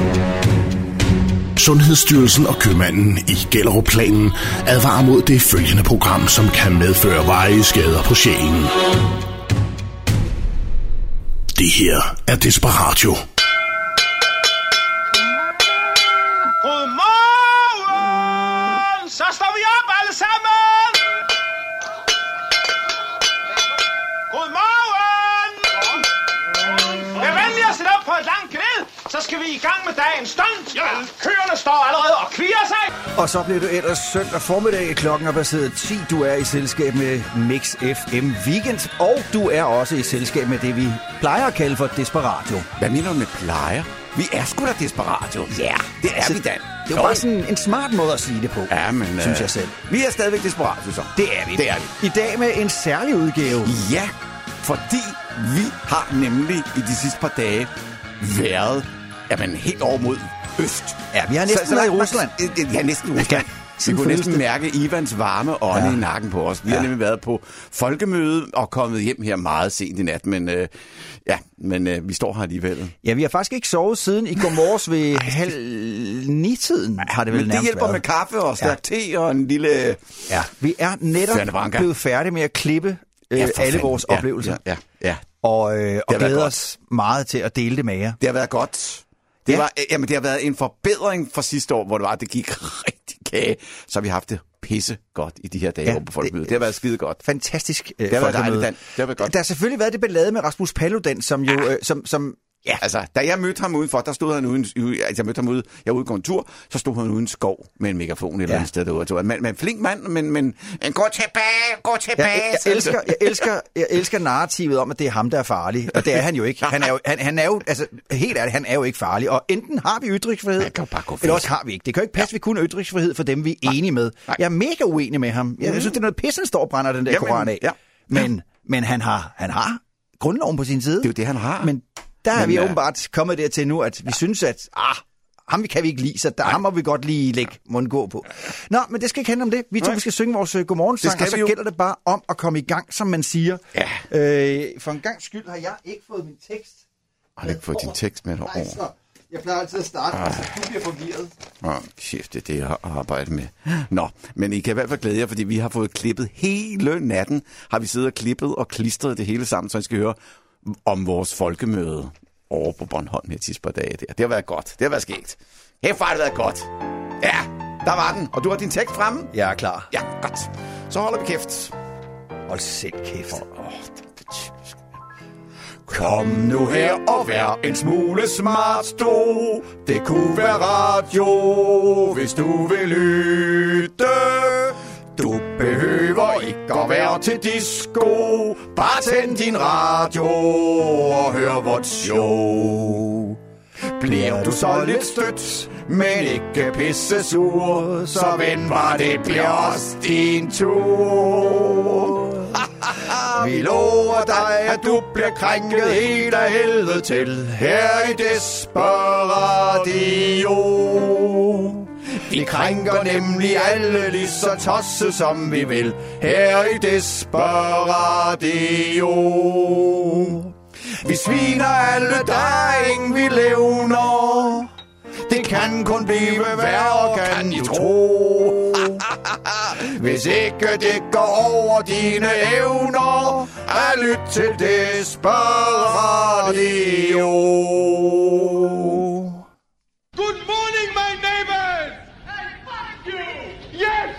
Sundhedsstyrelsen og købmanden i Gellerupplanen advarer mod det følgende program, som kan medføre varige skader på sjælen. Det her er Desperatio. Godmorgen! Så står vi op alle sammen! Godmorgen! Vær venlig at sætte op på et langt grid, så skal vi i gang med dagens stund. Køerne står allerede og kvier sig. Og så bliver du ellers søndag formiddag. Klokken er passeret 10. Du er i selskab med Mix FM Weekend. Og du er også i selskab med det, vi plejer at kalde for Desperatio. Hvad mener du med plejer? Vi er sgu da Desperatio. Ja, det er vi da. Det er jo bare sådan en smart måde at sige det på, synes jeg selv. Vi er stadigvæk Desperatio, så. Det er vi. Det er vi. I dag med en særlig udgave. Ja, fordi vi har nemlig i de sidste par dage været helt over mod øst. Ja, vi har næsten været i Rusland. Ja, næsten i Rusland. Vi kunne næsten mærke Ivans varme ånde i nakken på os. Vi har nemlig været på folkemøde og kommet hjem her meget sent i nat, men vi står her alligevel. Ja, vi har faktisk ikke sovet siden i går morges ved 8:30 har det vel nærmest det hjælper været. Med kaffe og stærk te og en lille... Ja, vi er netop blevet færdige med at klippe alle vores oplevelser. Ja. Og glæder os meget til at dele det med jer. Det har været godt. Det har været en forbedring fra sidste år, hvor det gik rigtig kage. Så har vi haft det pisse godt i de her dage over på folkemødet. Det har været skide godt. Fantastisk. Det har været dejligt. Det har været godt. Der har selvfølgelig været det ballade med Rasmus Paludan, som jo... Ja, altså, da jeg mødte ham udenfor, der stod han uden... Jeg mødte ham ude, jeg var ude på en tur, så stod han uden skov med en megafon et eller andet sted derude. Men flink mand, men gå tilbage. Jeg elsker narrativet om, at det er ham, der er farlig. Og det er han jo ikke. Han er jo altså, helt ærligt, han er jo ikke farlig. Og enten har vi ytringsfrihed, eller også har vi ikke. Det kan jo ikke passe, vi kun har ytringsfrihed for dem, vi er enige med. Jeg er mega uenig med ham. Jeg synes, det er noget pis, han står og brænder den der koran af. Men han har grundloven på sin side. Det er jo det, han har. Men der er vi åbenbart kommet dertil nu, at vi synes, at ham kan vi ikke lide, så ham må vi godt lige lægge mundgå på. Nå, men det skal ikke handle om det. Vi skal synge vores godmorgensang, og så gælder det bare om at komme i gang, som man siger. Ja. For en gang skyld har jeg ikke fået min tekst. Har du ikke fået din tekst med derovre? Jeg plejer altid at starte, så du bliver forvirret. Chef, det er det, jeg har arbejdet med. Nå, men I kan i hvert fald glæde jer, fordi vi har fået klippet hele natten. Har vi siddet og klippet og klistret det hele sammen, så I skal høre om vores folkemøde over på Bornholm her sidste par dage. Det har været godt. Det har været skægt. Herfra har det været godt. Ja, der var den. Og du har din tekst fremme? Jeg er klar. Ja, godt. Så holder vi kæft. Hold selv kæft. Kom nu her og vær en smule smart, du. Det kunne være radio, hvis du vil lytte. Du behøver ikke at være til disco. Bare tænd din radio og hør vort show. Bliver du så lidt stødt, men ikke pisse sur, så vend var det bliver også din tur. Vi lover dig, at du bliver krænket helt af helvede til her i Desperatio. Vi krænker nemlig alle lige så tosset som vi vil her i Desperatio. Vi sviner alle, der er ingen vi levner. Det kan kun blive værre, kan I tro. Hvis ikke det går over dine evner, at lyt til Desperatio. Good morning, my neighbors! Hey, fuck you! Yes!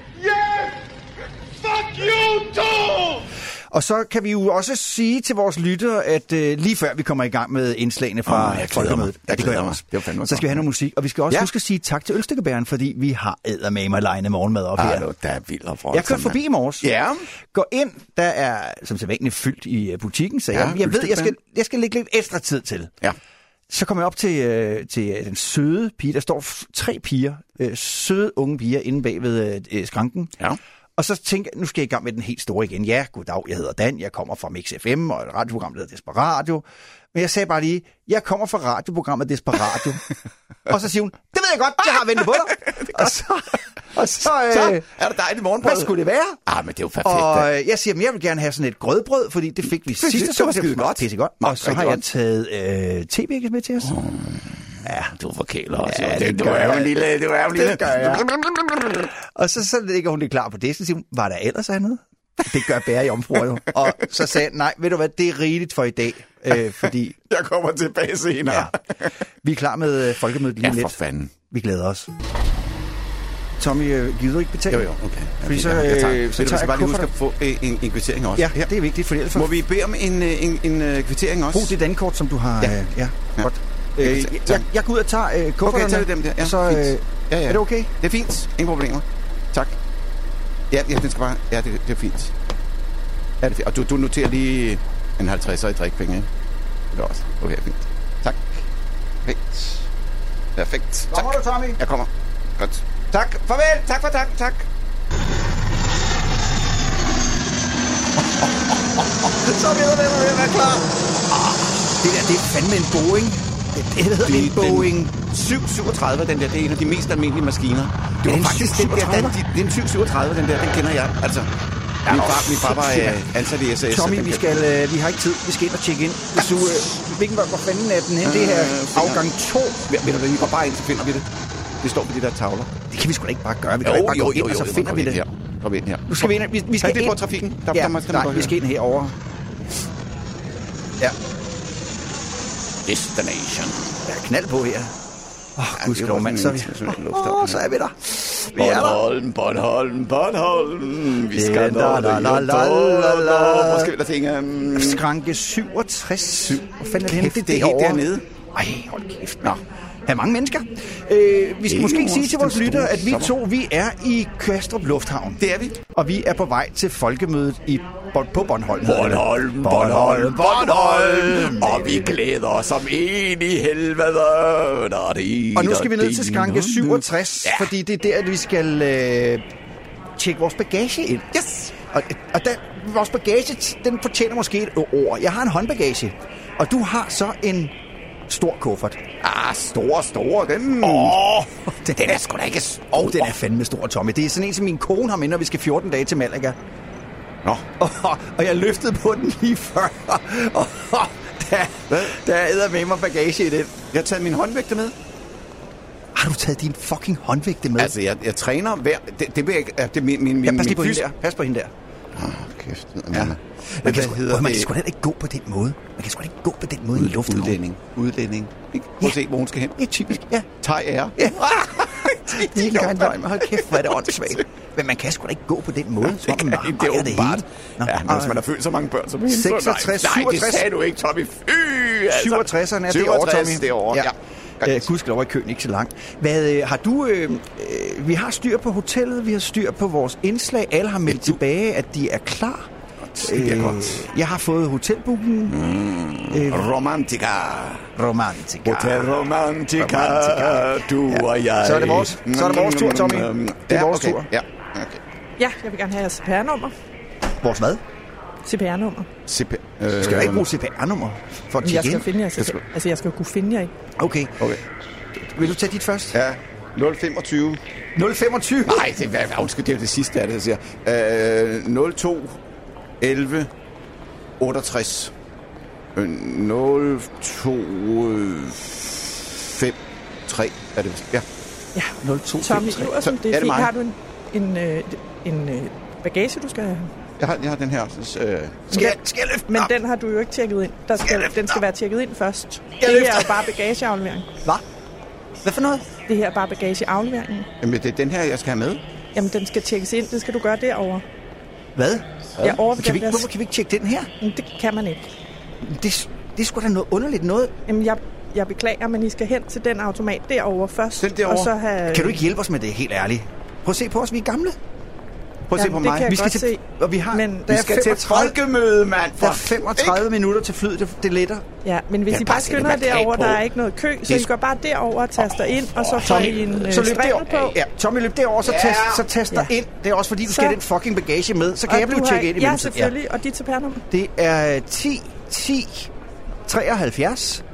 Fuck you too! Og så kan vi jo også sige til vores lyttere, at lige før vi kommer i gang med indslagene fra folkemødet, det gør jeg også. Så skal vi have noget musik, og vi skal også huske at sige tak til Ølstykkebæren, fordi vi har eddermame legnet morgenmad op her. Der er vildt fra. Jeg kørte forbi i morges. Ja. Gå ind, der er som sædvanligt fyldt i butikken, så jeg ved, jeg skal lægge lidt ekstra tid til. Ja. Så kommer jeg op til den søde pige. Der står 3 piger, søde unge piger, inde bag ved skranken. Ja. Og så tænker jeg, nu skal jeg i gang med den helt store igen. Ja, goddag, jeg hedder Dan, jeg kommer fra Mix FM, og et radioprogram, der hedder Desperatio. Men jeg sagde bare lige, jeg kommer fra radioprogrammet Desperatio. Og så siger hun, det ved jeg godt, jeg har ventet på dig. Så er det dejligt morgenbrød. Hvad skulle det være? Men det er jo perfekt. Og jeg siger, jeg vil gerne have sådan et grødbrød, fordi det fik vi sidste. Det var skide godt. Pissegodt. Og så har jeg taget tebækkes med til os. Ja, du forkæler os. Ja, du er jo en lille. Det gør jeg. Og så ligger hun det klar på det, så siger hun, var der ellers andet? Det gør bærejomfruer jo. Og så sagde jeg, nej, ved du hvad, det er rigeligt for i dag, fordi... Jeg kommer tilbage senere. Ja. Vi er klar med folkemødet lige lidt. Ja, for fanden. Vi glæder os. Tommy, gider du ikke betale? Jo, okay. Fordi så tager bare lige huske at få en kvittering også. Ja, det er vigtigt, for ellers... Må vi bede om en kvittering også? Brug det dankort, som du har... Ja. Godt. Jeg går ud og tager kufferterne. Okay, tager dem der. Ja, så, er det okay? Det er fint. Ingen problemer. Tak. Ja, den skal bare... Ja, det er fint. Ja, det er fint. Og du noterer lige en 50'er i drikpenge, ikke? Det er også. Okay, fint. Tak. Perfekt. Kommer du, Tommy? Jeg kommer. Godt. Tak. Farvel. Tak. Så ved du, at jeg er klar. Det er fandme en Boeing. Det hedder en Boeing 737, den der. Det er en af de mest almindelige maskiner. Det var faktisk den der. Det er en 737, den der. Den kender jeg. Altså, min far var ansat i SAS. Tommy, vi har ikke tid. Vi skal ind og tjekke ind. Hvis du, hvor fanden er den hen? Det her afgang 2. Ved du hvad, vi går bare ind, så finder vi det. Det står på de der tavler. Det kan vi sgu da ikke bare gøre. Vi kan ikke bare gå ind, og så finder vi det. Her. Går vi ind her. Nu skal vi ind. Vi skal ind på trafikken. Vi skal ind herover. Ja. Destination. Der er knald på her. Gudskelov, mand, så er vi. Så er vi der. Bornholm. Vi skal hvor skal vi der tænke? Skranke 67. Hvad fanden er det henne? Det er helt dernede. Ej, hold kæft. Nå. Der er mange mennesker. Vi skal måske sige til vores lyttere, at vi er i Kastrup Lufthavn. Det er vi. Og vi er på vej til folkemødet på Bornholm. Bornholm. Og vi glæder os som en i helvede. Og nu skal vi ned til skranke 67, fordi det er der, at vi skal tjekke vores bagage ind. Yes. Og vores bagage, den fortjener måske et ord. Jeg har en håndbagage, og du har så en stor kuffert. Stor. Den er sgu da ikke stor. Den er fandme stor, Tommy. Det er sådan en, som min kone har med, når vi skal 14 dage til Malaga. Nå. Og jeg løftede på den lige før. Der er med mig bagage i den. Jeg har taget min håndvægte med. Har du taget din fucking håndvægte med? Altså, jeg træner hver... Det vil jeg ikke... Pas på hende der. Kæft. Ja. Man kan sgu da ikke gå på den måde. I lufthavnen. Udlænding. Prøv at se, hvor hun skal hen. Det er typisk, ja. Thai Air. Ja. Det er en løgn. Hold kæft, hvor er det åndssvagt. Men man kan sgu da ikke gå på den måde. Det er åbenbart. Ja, hvis man har født så mange børn som hende. 66, 67. Nej, det sagde du ikke, Tommy. 67'erne er det år, Tommy. Det år, ja. Gudskelov er køen ikke så langt. Har du... vi har styr på hotellet, vi har styr på vores indslag. Alle har meldt tilbage, at de er klar. Det er godt. Jeg har fået hotelbooken. Romantica. Hotel Romantica. Du og jeg. Så er det vores tur, Tommy. Det er vores tur. Ja, jeg vil gerne have jeres CPR-nummer. Vores hvad? CPR-nummer. Skal jeg ikke bruge CPR-nummer for at tjekke ind? Jeg skal finde jer. Altså, jeg skal kunne finde jer, ikke? Okay. Vil du tage dit først? Ja. 025. 025? Nej, det er jo det sidste af det, jeg siger. 02 11 68 02 5 3 er det. Ja. Ja, 02 Tommy, det er fint. Har du en bagage, du skal have? Jeg har den her. Skal jeg løfte? Men den har du jo ikke tjekket ind. Den skal være tjekket ind først. Det her er jo bare bagageaflevering. Hvad for noget? Det her er bare bagageafleveringen. Jamen, det er den her, jeg skal have med. Jamen, den skal tjekkes ind. Det skal du gøre derovre. Hvad? Hvorfor kan vi ikke tjekke den her? Det kan man ikke. Det er sgu da noget underligt noget. Jamen, jeg beklager, men I skal hen til den automat derovre først. Den derovre? Og så have... Kan du ikke hjælpe os med det, helt ærligt? Prøv at se på os, vi er gamle. Prøv at se på mig. Vi skal til... Og vi skal til folkemøde, mand. Der er 35 minutter til flyet, det letter. Ja, men hvis I bare skynder jer derover, der er ikke noget kø, så I går bare derover og taster ind, og så får I en strimmel på. Ja, Tommy, løb derover, så taster ind. Det er også fordi, du skal have den fucking bagage med, så kan jeg blive tjekket ind i mellemtiden. Ja, selvfølgelig. Og dit CPR-nummer? Det er 10 73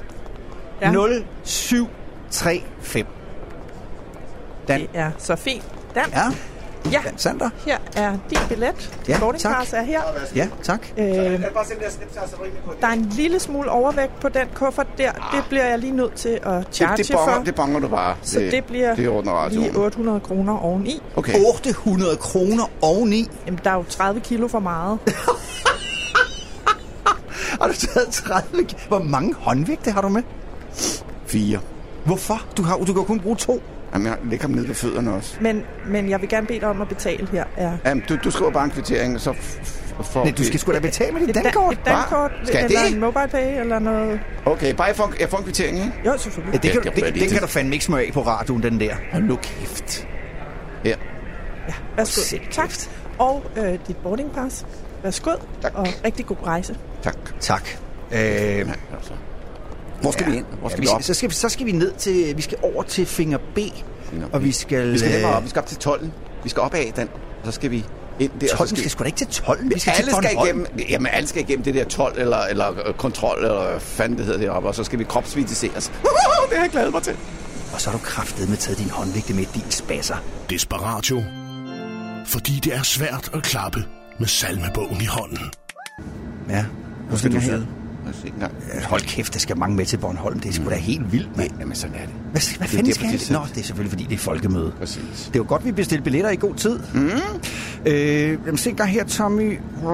0735. Det er så fint. Dan? Ja. Ja, Sander? Her er din billet. Ja, Boarding tak. pass er her. Ja, tak. Der er en lille smule overvægt på den kuffert der. Det bliver jeg lige nødt til at charge for. Det bonger du bare. Så det bliver lige 800 kroner oveni. Okay. 800 kroner oveni? Jamen, der er jo 30 kilo for meget. Har du taget 30? Hvor mange håndvægte har du med? 4. Hvorfor? Du kan kun bruge 2. Jamen, jeg lægger ham ned på fødderne også. Men jeg vil gerne bede dig om at betale her. Ja. Jamen, du skriver bare en kvittering, så får... Nej, du skal sgu da betale med dit dankort. Et dankort, eller en MobilePay, eller noget... Okay, bare jeg får en kvittering, ikke? Jo, selvfølgelig. Ja, den kan du fandme ikke smøre af på radioen, den der. Hold nu kæft. Her. Ja, værsgo. Tak. Og dit boarding pass. Værsgo. Tak. Og rigtig god rejse. Tak. Hvor skal vi ind? Hvor skal vi op? Så skal vi ned til... Vi skal over til Finger B. Og vi skal... Vi skal længere op. Vi skal op til 12. Vi skal op af den. Og så skal vi ind der. 12 skal sgu da ikke til 12. Vi skal alle til skal igennem. Jamen, alle skal igennem det der 12 eller kontrol, eller hvad fanden det hedder deroppe. Og så skal vi kropsvisiteres. Det har jeg glædet mig til. Og så har du kraftedeme taget din håndvægte med din spasser. Desperatio. Fordi det er svært at klappe med salmebogen i hånden. Ja. Hvor skal du sidde? Hold kæft, der skal mange med til Bornholm. Det er sgu da helt vildt, mand. Jamen, sådan er det. Hvad fanden skal det? Nå, det er selvfølgelig, fordi det er folkemøde. Præcis. Det er jo godt, vi bestiller billetter i god tid. Jamen, se engang her, Tommy.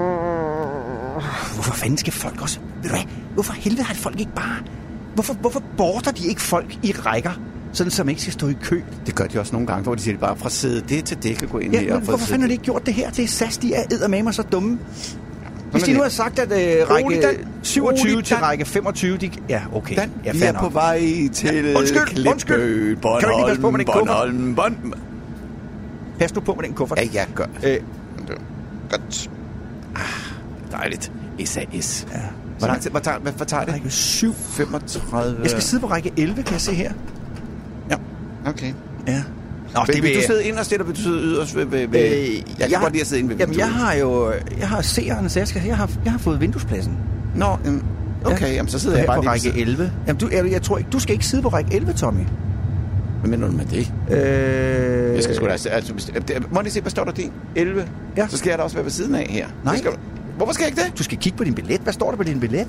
Hvorfor fanden skal folk også... Ved du hvad? Hvorfor helvede har folk ikke bare... Hvorfor borter de ikke folk i rækker? Sådan, som ikke skal stå i kø. Det gør de også nogle gange, hvor de siger bare fra sæde det til det kan gå ind her. Ja, hvorfor fanden har de ikke gjort det her? Det er SAS, de er eddermame så dumme. Hvis de nu har sagt, at række 27 til række 25... Ja, okay. Vi er på vej til Undskyld. Kan du ikke passe på med den kuffert? Pas nu på med den kuffert. Ja, jeg gør. Godt. Dejligt. SAS. Ja. Hvor lang tid? Hvad tager det? Række 7. 35... Jeg skal sidde på række 11, kan jeg se her. Ja, okay. Ja. Nå, vil du sidde inderst, eller vil du sidde yderst ved... Jeg kan godt lide at sidde inde ved vinduet. Jamen, jeg har seeren, så jeg har fået vinduespladsen. Nå, okay, jamen, så sidder jeg bare på række 11. Jamen, jeg tror ikke, du skal ikke sidde på række 11, Tommy. Hvad mener du med det? Jeg skal sgu da... Må jeg se, hvad står der din? 11? Ja. Så skal jeg da også være ved siden af her. Nej. Hvorfor skal jeg ikke det? Du skal kigge på din billet. Hvad står der på din billet?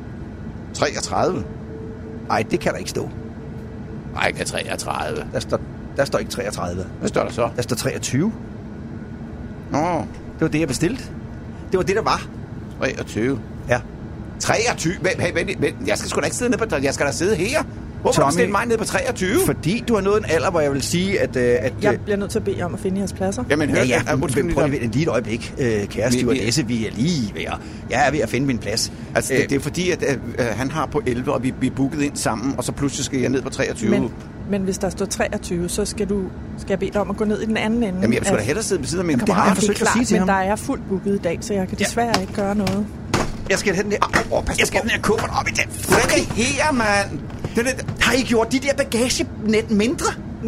33. Nej, det kan der ikke stå. Række 33. Der står ikke 33. Hvad står der så? Der står 23. Nå. Det var det, jeg bestilte. Det var det, der var. 23. Ja. 23? Vent. Jeg skal sgu da ikke sidde nede på... Jeg skal da sidde her. Hvorfor har du stillet mig ned på 23? Fordi du har nået en alder, hvor jeg vil sige, at jeg bliver nødt til at bede om at finde jeres pladser. Jamen, hør, prøv lige et øjeblik, kære stewardesse. Vi er lige ved jeg er ved at finde min plads. Altså, det er fordi, at han har på 11, og vi er booket ind sammen, og så pludselig skal jeg ned på 23. Men hvis der står 23, så skal jeg bede dig om at gå ned i den anden ende. Jamen, jeg skulle da hellere sidde ved siden af min kammerat. Det har jeg forsøgt at sige til ham. Men der er fuldt booket i dag, så jeg kan desværre ikke gøre noget. Jeg skal have den der kuffert op i den. Fucking her, mand! Har I gjort de der bagagenet mindre?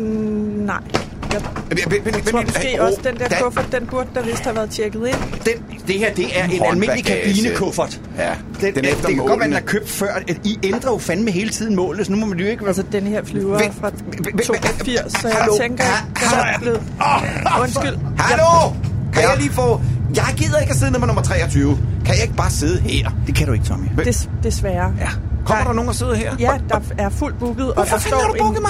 Nej. Jeg tror måske også, den der kuffert, den burde der vist have været tjekket ind. Det her, det er en almindelig kabinekuffert. Ja, det kan godt være, den er købt før. I ændrer jo fandme hele tiden målet, så nu må man jo ikke... Altså, den her flyver fra 82, så jeg tænker, den er blevet... Undskyld. Hallo! Kan jeg lige få... Jeg gider ikke at sidde nummer 23. Kan jeg ikke bare sidde her? Det kan du ikke, Tommy. Desværre. Ja. Kommer der nogen og sidder her? Ja, der er fuldt booket, og der står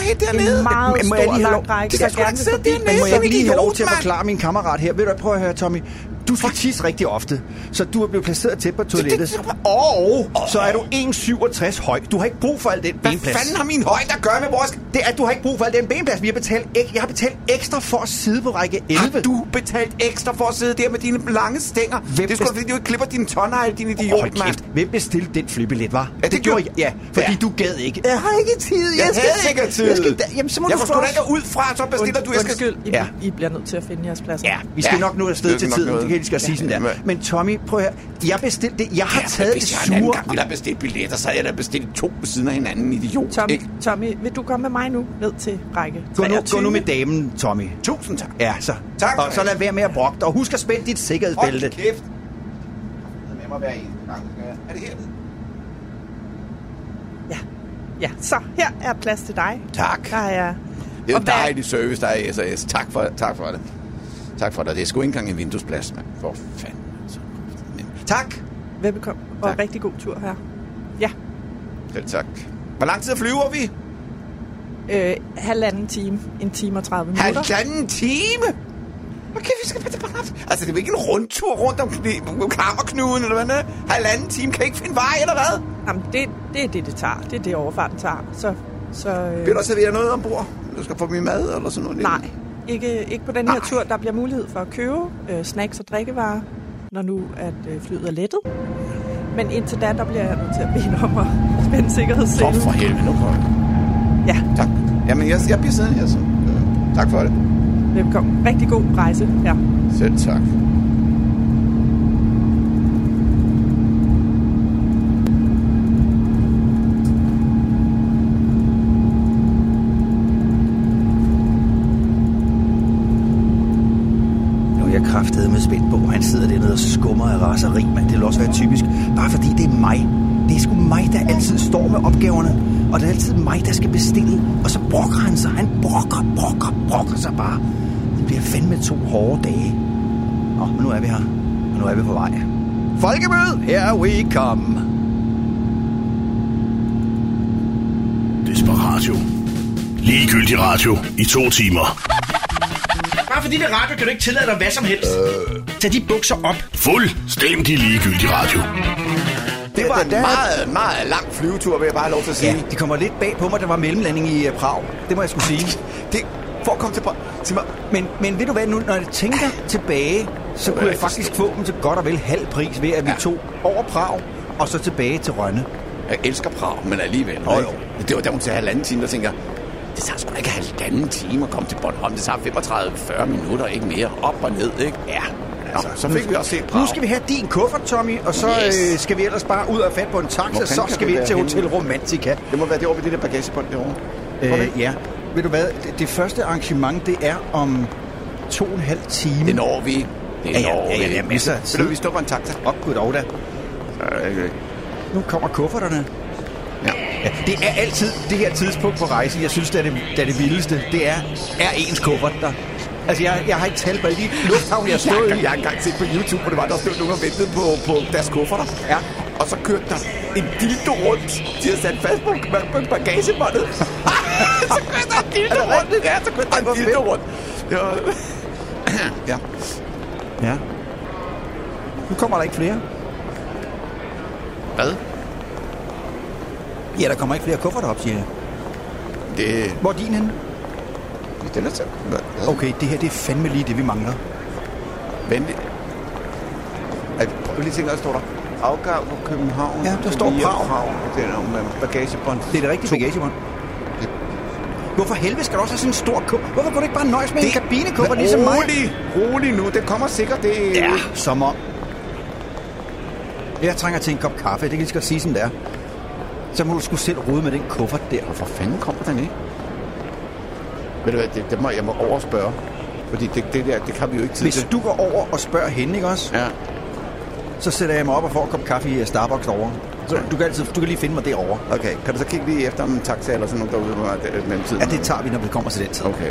en meget stor lang række, der gerne vil forbi. Men må jeg lige have lov til at forklare min kammerat her? Ved du, prøv at høre, Tommy. Du skal tisse rigtig ofte, så du er blevet placeret tæt på toilettet. Og så er du 1,67 høj. Du har ikke brug for al den benplads. Hvad fanden har min højde at gøre med vores... Det er, at du har ikke brug for al den benplads. Jeg har betalt ekstra for at sidde på række 11. Har du betalt ekstra for at sidde der med dine lange stænger? Det er sgu da, fordi du ikke klipper dine tårnegle, din idiot, mand. Hvem bestilte den flybillet, var? Ja, det gjorde jeg. Ja, fordi du gad ikke. Jeg har ikke tid. Jeg havde ikke tid. Jamen, så må jeg får sgu da ikke ud fra, så bestiller du... Undskyld, I bliver nødt til at finde jeres pladser. Ja, vi skal nok nå afsted til tiden. Det kan jeg skal sige sådan der. Men Tommy, prøv at høre. Jeg bestilte det. Jeg har taget det sure... Hvis jeg en gang ville have bestilt billetter, så havde jeg da bestilt 2 ved siden af hinanden, idiot. Tommy, vil du komme med mig nu ned til række 23? Gå nu med damen, Tommy. 1000 tak. Ja, så. Tak. Og så lad være med at brokke dig. Og husk at spænde dit sikkerhedsbælte. Hold kæft. Jeg må være en gang. Er det her? Ja, så her er plads til dig. Tak. Der er... Det er en dejlig service, der er i SAS. Tak for det. Tak for det. Det er sgu ikke engang en vinduesplads, mand. For fanden. Tak. Velbekomme. Og tak. Rigtig god tur her. Ja. Selv tak. Hvor lang tid flyver vi? 1,5 time. 1 time og 30 minutter. 1,5 time? Okay, vi skal bare... Altså, det er jo ikke en rundtur rundt om Kammerknuden, eller hvad det er? 1,5 time. Kan I ikke finde vej, eller hvad? Jamen, det er det tager. Det er det, overfarten tager. Så vil du servere noget ombord? Du skal få min mad, eller sådan noget? Nej, ikke på den her tur. Der bliver mulighed for at købe snacks og drikkevarer, når nu at flyet er lettet. Men indtil da, der bliver jeg nødt til at bede om at spænde sikkerhedsselen. For helvede, nu prøver jeg. Ja. Tak. Jamen, jeg bliver siddende her, så tak for det. Velkommen. Rigtig god rejse her. Selv tak. Kraftede med spændt på. Han sidder dernede og skummer af raseri, men det vil også være typisk. Bare fordi det er mig. Det er sgu mig, der altid står med opgaverne. Og det er altid mig, der skal bestille. Og så brokker han sig. Han brokker sig bare. Det bliver fandme 2 hårde dage. Nå, men nu er vi her. Og nu er vi på vej. Folkemøde, here we come. Desperatio. Ligegyldig radio i 2 timer. Bare fordi det er radio, kan du ikke tillade dig hvad som helst. Tag de bukser op. Fuldstændig ligegyldig radio. Det var en meget, meget lang flyvetur, vil jeg bare have lov til at sige. Ja, det kommer lidt bag på mig, der var mellemlanding i Prag. Det må jeg skulle sige. Det for at komme til mig. Men ved du hvad, nu når jeg tænker tilbage, så kunne jeg faktisk få dem til godt og vel halv pris ved, at vi tog over Prag og så tilbage til Rønne. Jeg elsker Prag, men alligevel. Jo. Det var der, hun til 1,5 time, der tænker, det tager sgu da ikke 1,5 time at komme til Bornholm. Det tager 35-40 minutter, ikke mere. Op og ned, ikke? Ja. Altså, så fik vi også set Prag. Nu skal vi have din kuffert, Tommy, og så skal vi ellers bare ud og fat på en taxa, så skal vi ind til Hotel Romantica. Det må være det over ved det der bagagebånd derovre. Ja. Ved du hvad? Det første arrangement, det er om 2,5 timer. Det når vi. Ja, masser af tid. Vi stopper en taxa. Gud dog da. Nu kommer kufferterne. Ja. Det er altid det her tidspunkt på rejsen, jeg synes, det er det vildeste. Det er ens kuffert der. Altså, jeg har ikke talt på alle de lufthavne, jeg stod i. Jeg har engang set på YouTube, hvor det var, der stod nogen og ventede på deres kufferter. Ja. Og så kørte der en dildo rundt. De havde sat fast på bagagebåndet. Så kørte der en dildo rundt. Ja, så kørte der en dildo rundt. Ja. Nu kommer der ikke flere. Hvad? Ja, der kommer ikke flere kufferter op, siger jeg. Hvor er din henne? Den er til. Okay, det her det er fandme lige det, vi mangler. Venlig. Prøv lige at tænke, der står der afgang på København. Ja, der står Prag. Det er med bagagebånd. Det er det rigtige bagagebånd. Hvorfor helvede skal du også have sådan en stor kuffert? Hvorfor kunne du ikke bare nøjes med en kabinekuffert ligesom mig? Rolig nu. Det kommer sikkert. Det ja, som om. Jeg trænger til en kop kaffe. Det kan jeg lige sige, som det er. Så må du sgu selv rode med den kuffert der. Hvorfor fanden kommer den ikke? Ved du hvad, jeg må overspørge. Fordi det kan vi jo ikke tid til. Hvis du går over og spørger hende, ikke også? Ja. Så sætter jeg mig op og får en kop kaffe i Starbucks derovre. Så du kan lige finde mig derovre. Okay, kan du så kigge lige efter en taxa eller sådan noget derude mellem tiden? Ja, det tager vi, når vi kommer til den tid. Okay.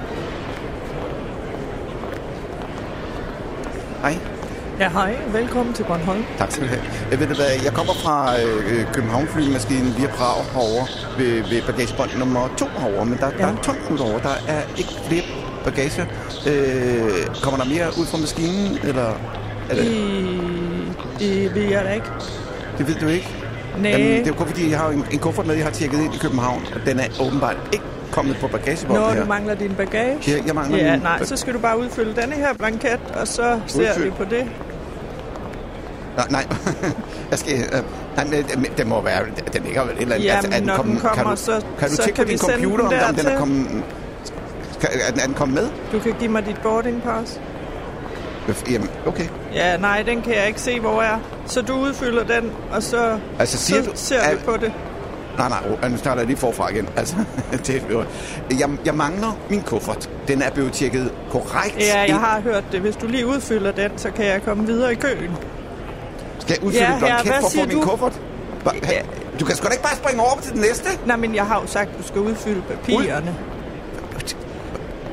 Hej. Ja, hej. Velkommen til Bornholm. Tak skal du have. Ved du hvad, jeg kommer fra København-flymaskinen via Prag herovre ved bagagebånd nummer 2 herovre, men der er tomt ud over. Der er ikke flere bagager. Kommer der mere ud fra maskinen, eller? Det ved jeg da ikke. Det ved du ikke? Nej. Jamen, det er jo kun fordi, jeg har en kuffert med, jeg har tjekket ind i København, og den er åbenbart ikke kommet på bagagebåndet her. Når du mangler din bagage? Ja, jeg mangler min... Nej, så skal du bare udfylde denne her blanket, og så ser vi på det. Nej, jeg skal... den må være... Den ligger vel et eller andet... Jamen, altså, når den kommer, så kan du tjekke på din computer, om den er kommet... Er den kommet med? Du kan give mig dit boarding pass. Jamen, okay. Ja, nej, den kan jeg ikke se, hvor er. Så du udfylder den, og så, altså, så ser vi på det. Nej, nu starter jeg lige forfra igen. Altså, jeg mangler min kuffert. Den er blevet tjekket korrekt. Ja, jeg har hørt det. Hvis du lige udfylder den, så kan jeg komme videre i køen. Skal jeg udfylde blanket for at få min kuffert? Ja. Du kan sgu da ikke bare springe over til den næste? Nej, men jeg har jo sagt, at du skal udfylde papirerne.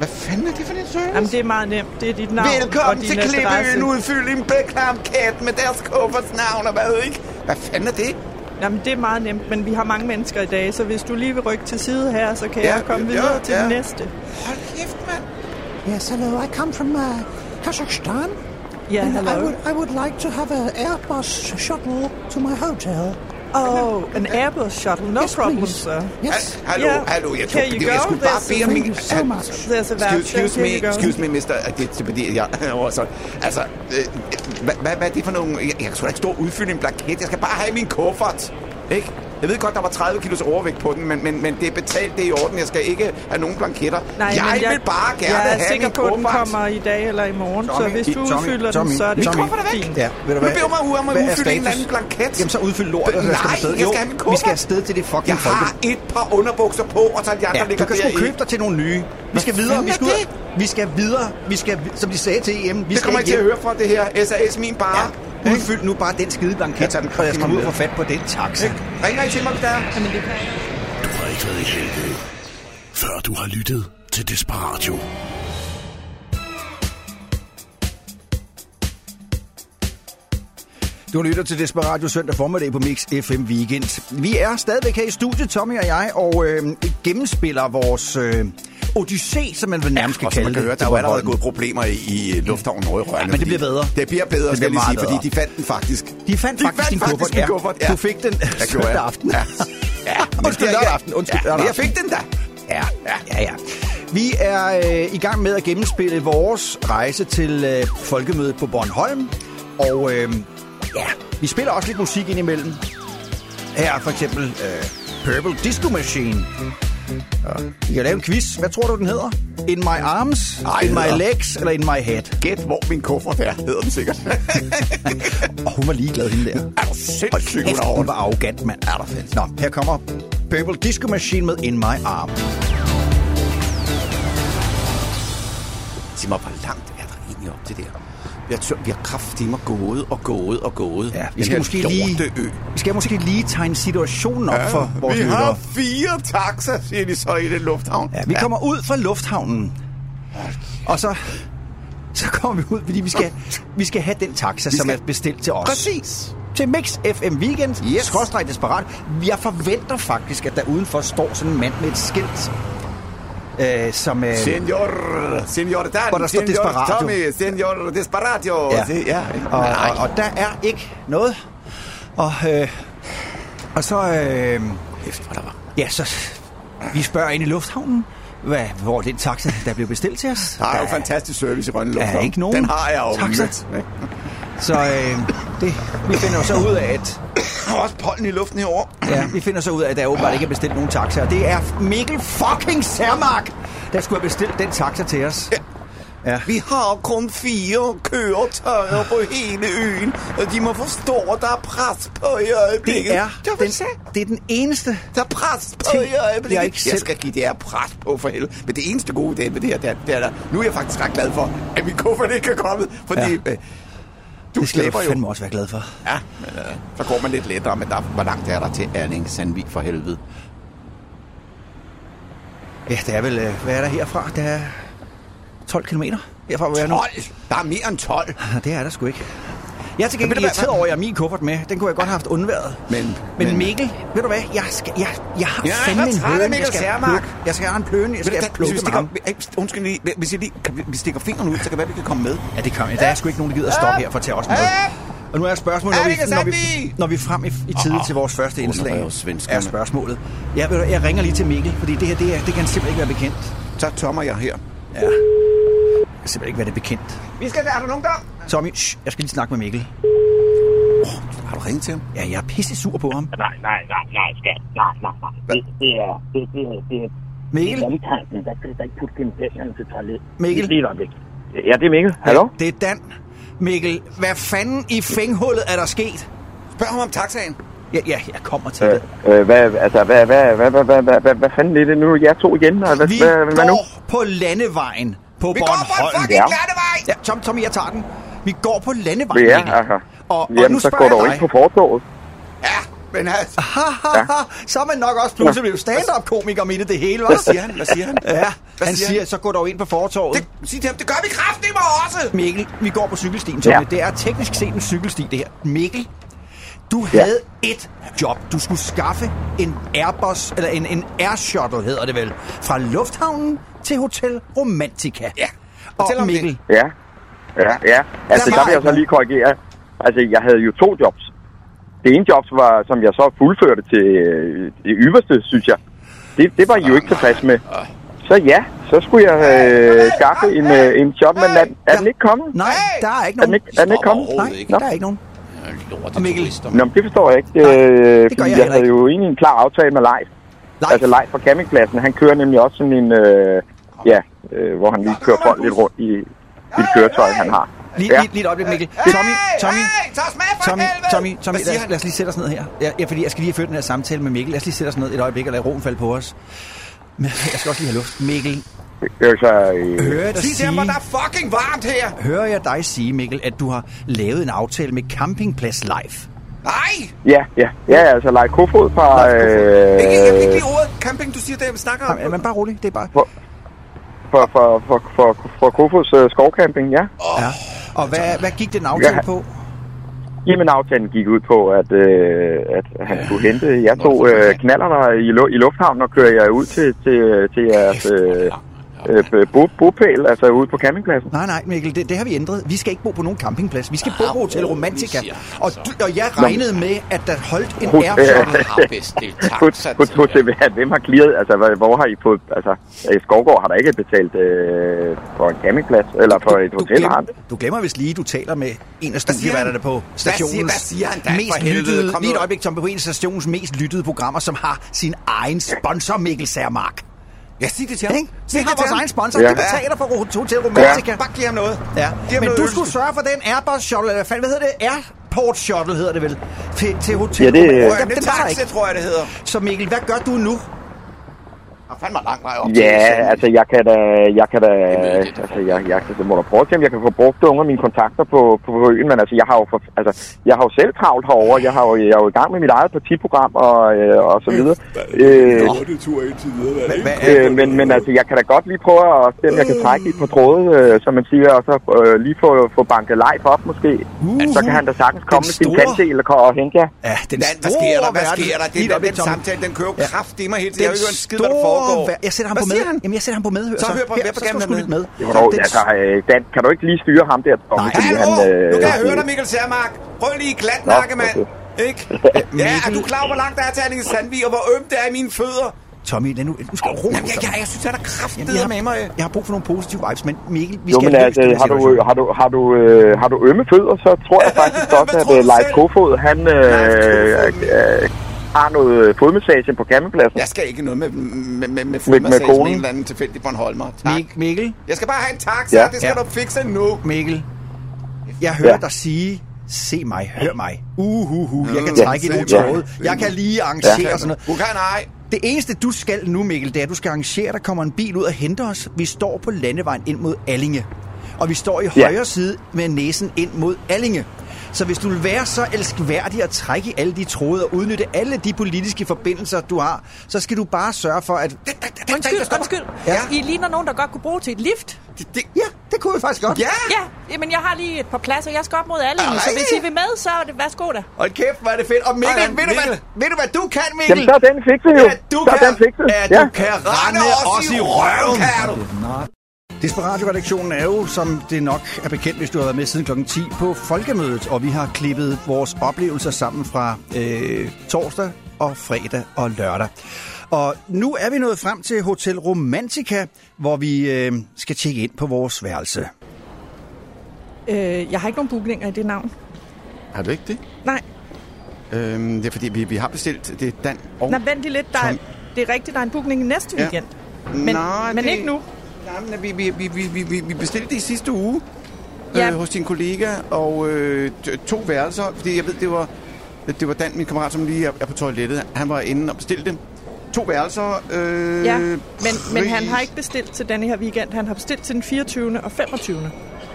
Hvad fanden er det for en service? Jamen, det er meget nemt. Det er dit navn Velkommen og til din adresse. Klippeøen udfylde Beklamkat med deres kufferts navn og hvad, ikke? Hvad fanden er det? Jamen, det er meget nemt, men vi har mange mennesker i dag, så hvis du lige vil rykke til side her, så kan jeg komme videre til den næste. Hold kæft, mand. Yes, hello. I come from Kazakhstan. Ja, and hello. I would like to have an Airbus shuttle to my hotel. Oh, an Airbus shuttle. No Yes, problem, please. sir. Yes. Hallo. Jeg tror, Here you jeg go. skulle bare bede om min... Thank you so much. There's a voucher. Excuse me, mister. Det er fordi, jeg... Altså, hvad er det for nogle... Jeg kan sgu da ikke stå og udfylde en blanket. Jeg skal bare have min kuffert. Ikke? Jeg ved godt, der var 30 kilos overvægt på den, men det er betalt, det er i orden. Jeg skal ikke have nogen blanketter. Nej, jeg vil bare gerne have min kuffert. Jeg er sikker på, at den kommer i dag eller i morgen, så hvis du udfylder den, så er det Min kuffert er væk. Ja, ved du hvad? Nu beder mig ud om at udfylde en eller anden blanket. Jamen, så udfyld lort, og så skal du afsted. Jeg skal have min kuffert. Vi skal afsted til det fucking folke. Jeg har et par underbukser på, og så er de andre ligger du kan sgu købe dig til nogle nye. Vi skal videre. Vi skal videre. Vi skal, som de sagde til EM, vi det kommer jeg til at høre fra det her SAS min bare. Ja. Udfyld nu bare den skide blanket, og jeg skal ud og få fat på den taxa. Ringer I til mig, hvis der er? Jamen, det kan jeg. Du har ikke været heldig, før du har lyttet til Desperatio. Du lytter til Desperatio søndag formiddag på Mix FM Weekend. Vi er stadigvæk her i studiet, Tommy og jeg, og gennemspiller vores odyssé, som man vel nærmest kan kalde det. Der er allerede gået problemer i lufthavnen Rønne. Ja, men det bliver bedre. Det bliver bedre, skal jeg lige sige, fordi de fandt den faktisk. De fandt faktisk din kuffert, ja. Du fik den søndag aften. Ja. Undskyld, lørdag aften. Jeg fik den da. Ja. Vi er i gang med at gennemspille vores rejse til folkemødet på Bornholm. Og vi spiller også lidt musik indimellem. Her er for eksempel Purple Disco Machine. Vi kan lave en quiz. Hvad tror du, den hedder? In My Arms, In My Legs eller In My Head? Gæt, hvor min kuffert er, hedder den sikkert. Og hun var ligeglad, hende der. Er du sindssygt, hun var arrogant, mand. Er der fedt. Nå, her kommer Purple Disco Machine med In My Arms. Sig mig, hvor langt er der egentlig op til det her? Vi har krafttimer gået. Ja, vi skal måske lige tegne situationen op for vores lyttere. Vi har 4 taxaer, siger de så i den lufthavn. Ja, vi kommer ud fra lufthavnen. Og så kommer vi ud, fordi vi skal have den taxa, som er bestilt til os. Præcis. Til Mix FM Weekend, / Desperat. Jeg forventer faktisk, at der udenfor står sådan en mand med et skilt, som... Senor Dan, hvor der står Desperatio. Tommy, Senor Desperatio. Ja. Og der er ikke noget. Og så... Efter hvad der var. Ja, så... Vi spørger ind i lufthavnen, hvor den taxa, der blev bestilt til os. Der er jo fantastisk service i Rønne Lufthavn. Der er ikke nogen den har jeg jo taxa. Så vi finder jo så ud af, at... også pollen i luften herovre. Ja, vi finder så ud af, at der åbenbart ikke er bestilt nogen taxa. Og det er Mikkel fucking Sermark, der skulle have bestilt den taxa til os. Ja. Vi har kun 4 køretøjer på hele øen, og de må forstå, at der er pres på i øjeblikket. Det er den eneste... Der er pres på i øjeblikket. Jeg skal give det her pres på for helvede. Men det eneste gode ved det her, det er der. Nu er jeg faktisk ret glad for, at min kuffert ikke er kommet, fordi... Ja. Det skal du fandme også være glad for. Ja, men så går man lidt lettere, men hvor langt er der til Erling Sandvig for helvede? Ja, det er vel... Hvad er der herfra? Det er 12 kilometer herfra, hvor 12? Jeg nu. Der er mere end 12. Det er der sgu ikke. Jeg er til gengæld irriteret over, at jeg har min kuffert med. Den kunne jeg godt have haft undværet. Men Mikkel, ved du hvad? Jeg har fandme en høne. Jeg skal have en pløne. Jeg skal plukke med ham. Undskyld lige. Hvis vi stikker fingeren ud, så kan være, vi kan komme med. Ja, det kan vi. Der er sgu ikke nogen, der gider at stoppe her for at tage os med. Og nu er spørgsmålet, når vi er frem i tide til vores første indslag, er spørgsmålet. Jeg ringer lige til Mikkel, fordi det her, det kan simpelthen ikke være bekendt. Så tommer jeg her. Ja. Det kan simpelthen ikke være det bekendt. Er der nogen der? Tommy, jeg skal lige snakke med Mikkel. Har du ringet til ham? Ja, jeg er pisse sur på ham. Nej, skat. Nej. Det er Mikkel? Det er omtanken, der kan ikke putte gennem til toilet. Mikkel? Ja, det er Mikkel. Hallo? Det er Dan. Mikkel, hvad fanden i fænghullet er der sket? Spørg ham om taxaen. Ja, jeg kommer til det. Hvad fanden er det nu? Jeg to igen. Vi går på landevejen på Bornholm. Vi går på en fucking landevej! Ja, Tommy, jeg tager den. Vi går på landevejen. Ja, og jamen, nu så går du ikke på fortovet. Ja, Men altså... Så er man nok også pludselig blevet stand-up-komiker midt i det hele, hva'? Hvad siger han? Ja, han siger, så gå dog ind på fortorvet. Sig til ham, det gør vi kraftedeme også! Mikkel, vi går på cykelstien, Tommy. Det er teknisk set en cykelsti, det her. Mikkel, du havde et job. Du skulle skaffe en Airbus, eller en Air Shuttle, hedder det vel, fra lufthavnen til Hotel Romantica. Ja. Og Mikkel... Ja. Altså, der vil jeg så lige korrigere. Altså, jeg havde jo 2 jobs. Det ene job, som jeg så fuldførte til det yderste, synes jeg. Det var I jo ikke tilfreds med. Så ja, så skulle jeg skaffe en job, men er den ikke kommet? Nej, der er ikke nogen. Er den ikke kommet? Nej, der er ikke nogen. Og Mikkel? Nå, det forstår jeg ikke. Fordi jeg havde jo egentlig en klar aftale med Leif. Altså Leif fra campingpladsen. Han kører nemlig også sådan en... hvor han lige kører folk lidt rundt i et køretøj, han har. Lige et øjeblik, Mikkel. Tommy, lad os lige sætte os ned her. Ja, fordi jeg skal lige have ført den her samtale med Mikkel. Lad os lige sætte os ned et øjeblik og lade roen falde på os. Men jeg skal også lige have luft. Mikkel, hører jeg dig sige... Sig til mig, der er fucking varmt her! Hører jeg dig sige, Mikkel, at du har lavet en aftale med Campingplads Live? Nej! Ja, altså Leif Kofod fra... Jeg kan ikke lide ordet camping, du siger det, jeg snakker om. Men bare rolig, det er bare... For Kofods skovcamping, ja. Og hvad gik den aftale på? Jamen, aftalen gik ud på, at han skulle hente... Jeg tog knallerter i lufthavnen og kører jeg ud til jeres bopæl, altså ude på campingpladsen. Nej, Mikkel, det har vi ændret. Vi skal ikke bo på nogen campingplads. Vi skal bo på Hotel Romantica. Og jeg regnede med, at der holdt en airshuttle. Hvem har clearet? Altså, hvor har I fået... Altså, i Skovgård har der ikke betalt for en campingplads, eller for et hotel. Du glemmer vist lige, du taler med en af studieværterne på stationens... Hvad siger han da? Mest lyttede... Lige et øjeblik, Tom, på en af stationens mest lyttede programmer, som har sin egen sponsor, Mikkel Særmark. Ja, sig det til ham. Vi har vores egen sponsor. De betaler for Hotel Romantica. Bare giv ham noget. Ja. Men du skulle sørge for den Airbus Shuttle, eller hvad hedder det? Airport Shuttle hedder det vel? Til Hotel Romantica. Det taxa, tror jeg, det hedder. Så Mikkel, hvad gør du nu? Der er fandme lang vej op til. Ja, altså jeg kan da, jeg må da prøve til, om jeg kan få brugt nogle af mine kontakter på øen, men altså jeg har jo selv travlt herovre. Jeg er jo i gang med mit eget partiprogram og så videre. Men altså jeg kan da godt lige prøve at se, om jeg kan trække lidt på trådet, som man siger, og så lige få banket live op måske. Så kan han da sagtens komme med sin kantel og hente jer. Ja, hvad sker der? Den samtale, den kører kraftedeme hele tiden. Jeg har jo en skid, hvad der foregår. Jeg sætter ham på med. Jamen, jeg sætter ham på medhør. Så hør på med, så skal du med. Dan, kan du ikke lige styre ham der? Nej, nu kan jeg høre dig, Mikkel Særmark. Prøv lige glat nakke, mand. Ikke? Ja, er du klar, hvor langt der er til Allinge Sandvig, og hvor ømt det er i mine fødder? Tommy, nu skal du ro. Jeg synes, at der er kraftedeme med mig. Jeg har brug for nogle positive vibes, men Mikkel, vi skal... Jo, men altså, har du ømme fødder, så tror jeg faktisk også, at Leif Kofod, han... har noget fodmassage på campingpladsen. Jeg skal ikke noget med fodmassage med en eller anden tilfældig Bornholmer. Mikkel? Jeg skal bare have en taxa, det skal du fikse nu. Mikkel, jeg hører dig sige, se mig, hør mig. Jeg kan trække et ud. Jeg kan lige arrangere sådan noget. Det eneste, du skal nu, Mikkel, det er, at du skal arrangere, der kommer en bil ud og henter os. Vi står på landevejen ind mod Allinge. Og vi står i højre side med næsen ind mod Allinge. Så hvis du vil være så elskværdig at trække i alle de tråde og udnytte alle de politiske forbindelser, du har, så skal du bare sørge for, at... Undskyld. Ja. I ligner nogen, der godt kunne bruge til et lift. Ja, det kunne vi faktisk godt. Ja, men jeg har lige et par pladser. Jeg skal op mod Allinge, så hvis I vil med, så er det værsgo da. Hold kæft, hvor er det fedt. Og Mikkel, ved du hvad du kan, Mikkel? Jamen, så er den fikset jo. Du kan rende os i røven. Desperatio-redaktionen er jo, som det nok er bekendt, hvis du har været med siden klokken 10 på Folkemødet, og vi har klippet vores oplevelser sammen fra torsdag og fredag og lørdag. Og nu er vi nået frem til Hotel Romantica, hvor vi skal tjekke ind på vores værelse. Jeg har ikke nogen bookinger i det navn. Har du ikke det? Nej. Det er fordi, vi har bestilt det Dan og... Nej, vent lidt. Det er rigtigt, der er en booking næste weekend. Men ikke nu. Nej, vi bestilte det i sidste uge hos din kollega, og 2 værelser, fordi jeg ved, det var Dan, min kammerat, som lige er på toilettet. Han var inde og bestilte dem. 2 værelser. Men han har ikke bestilt til denne her weekend. Han har bestilt til den 24. og 25.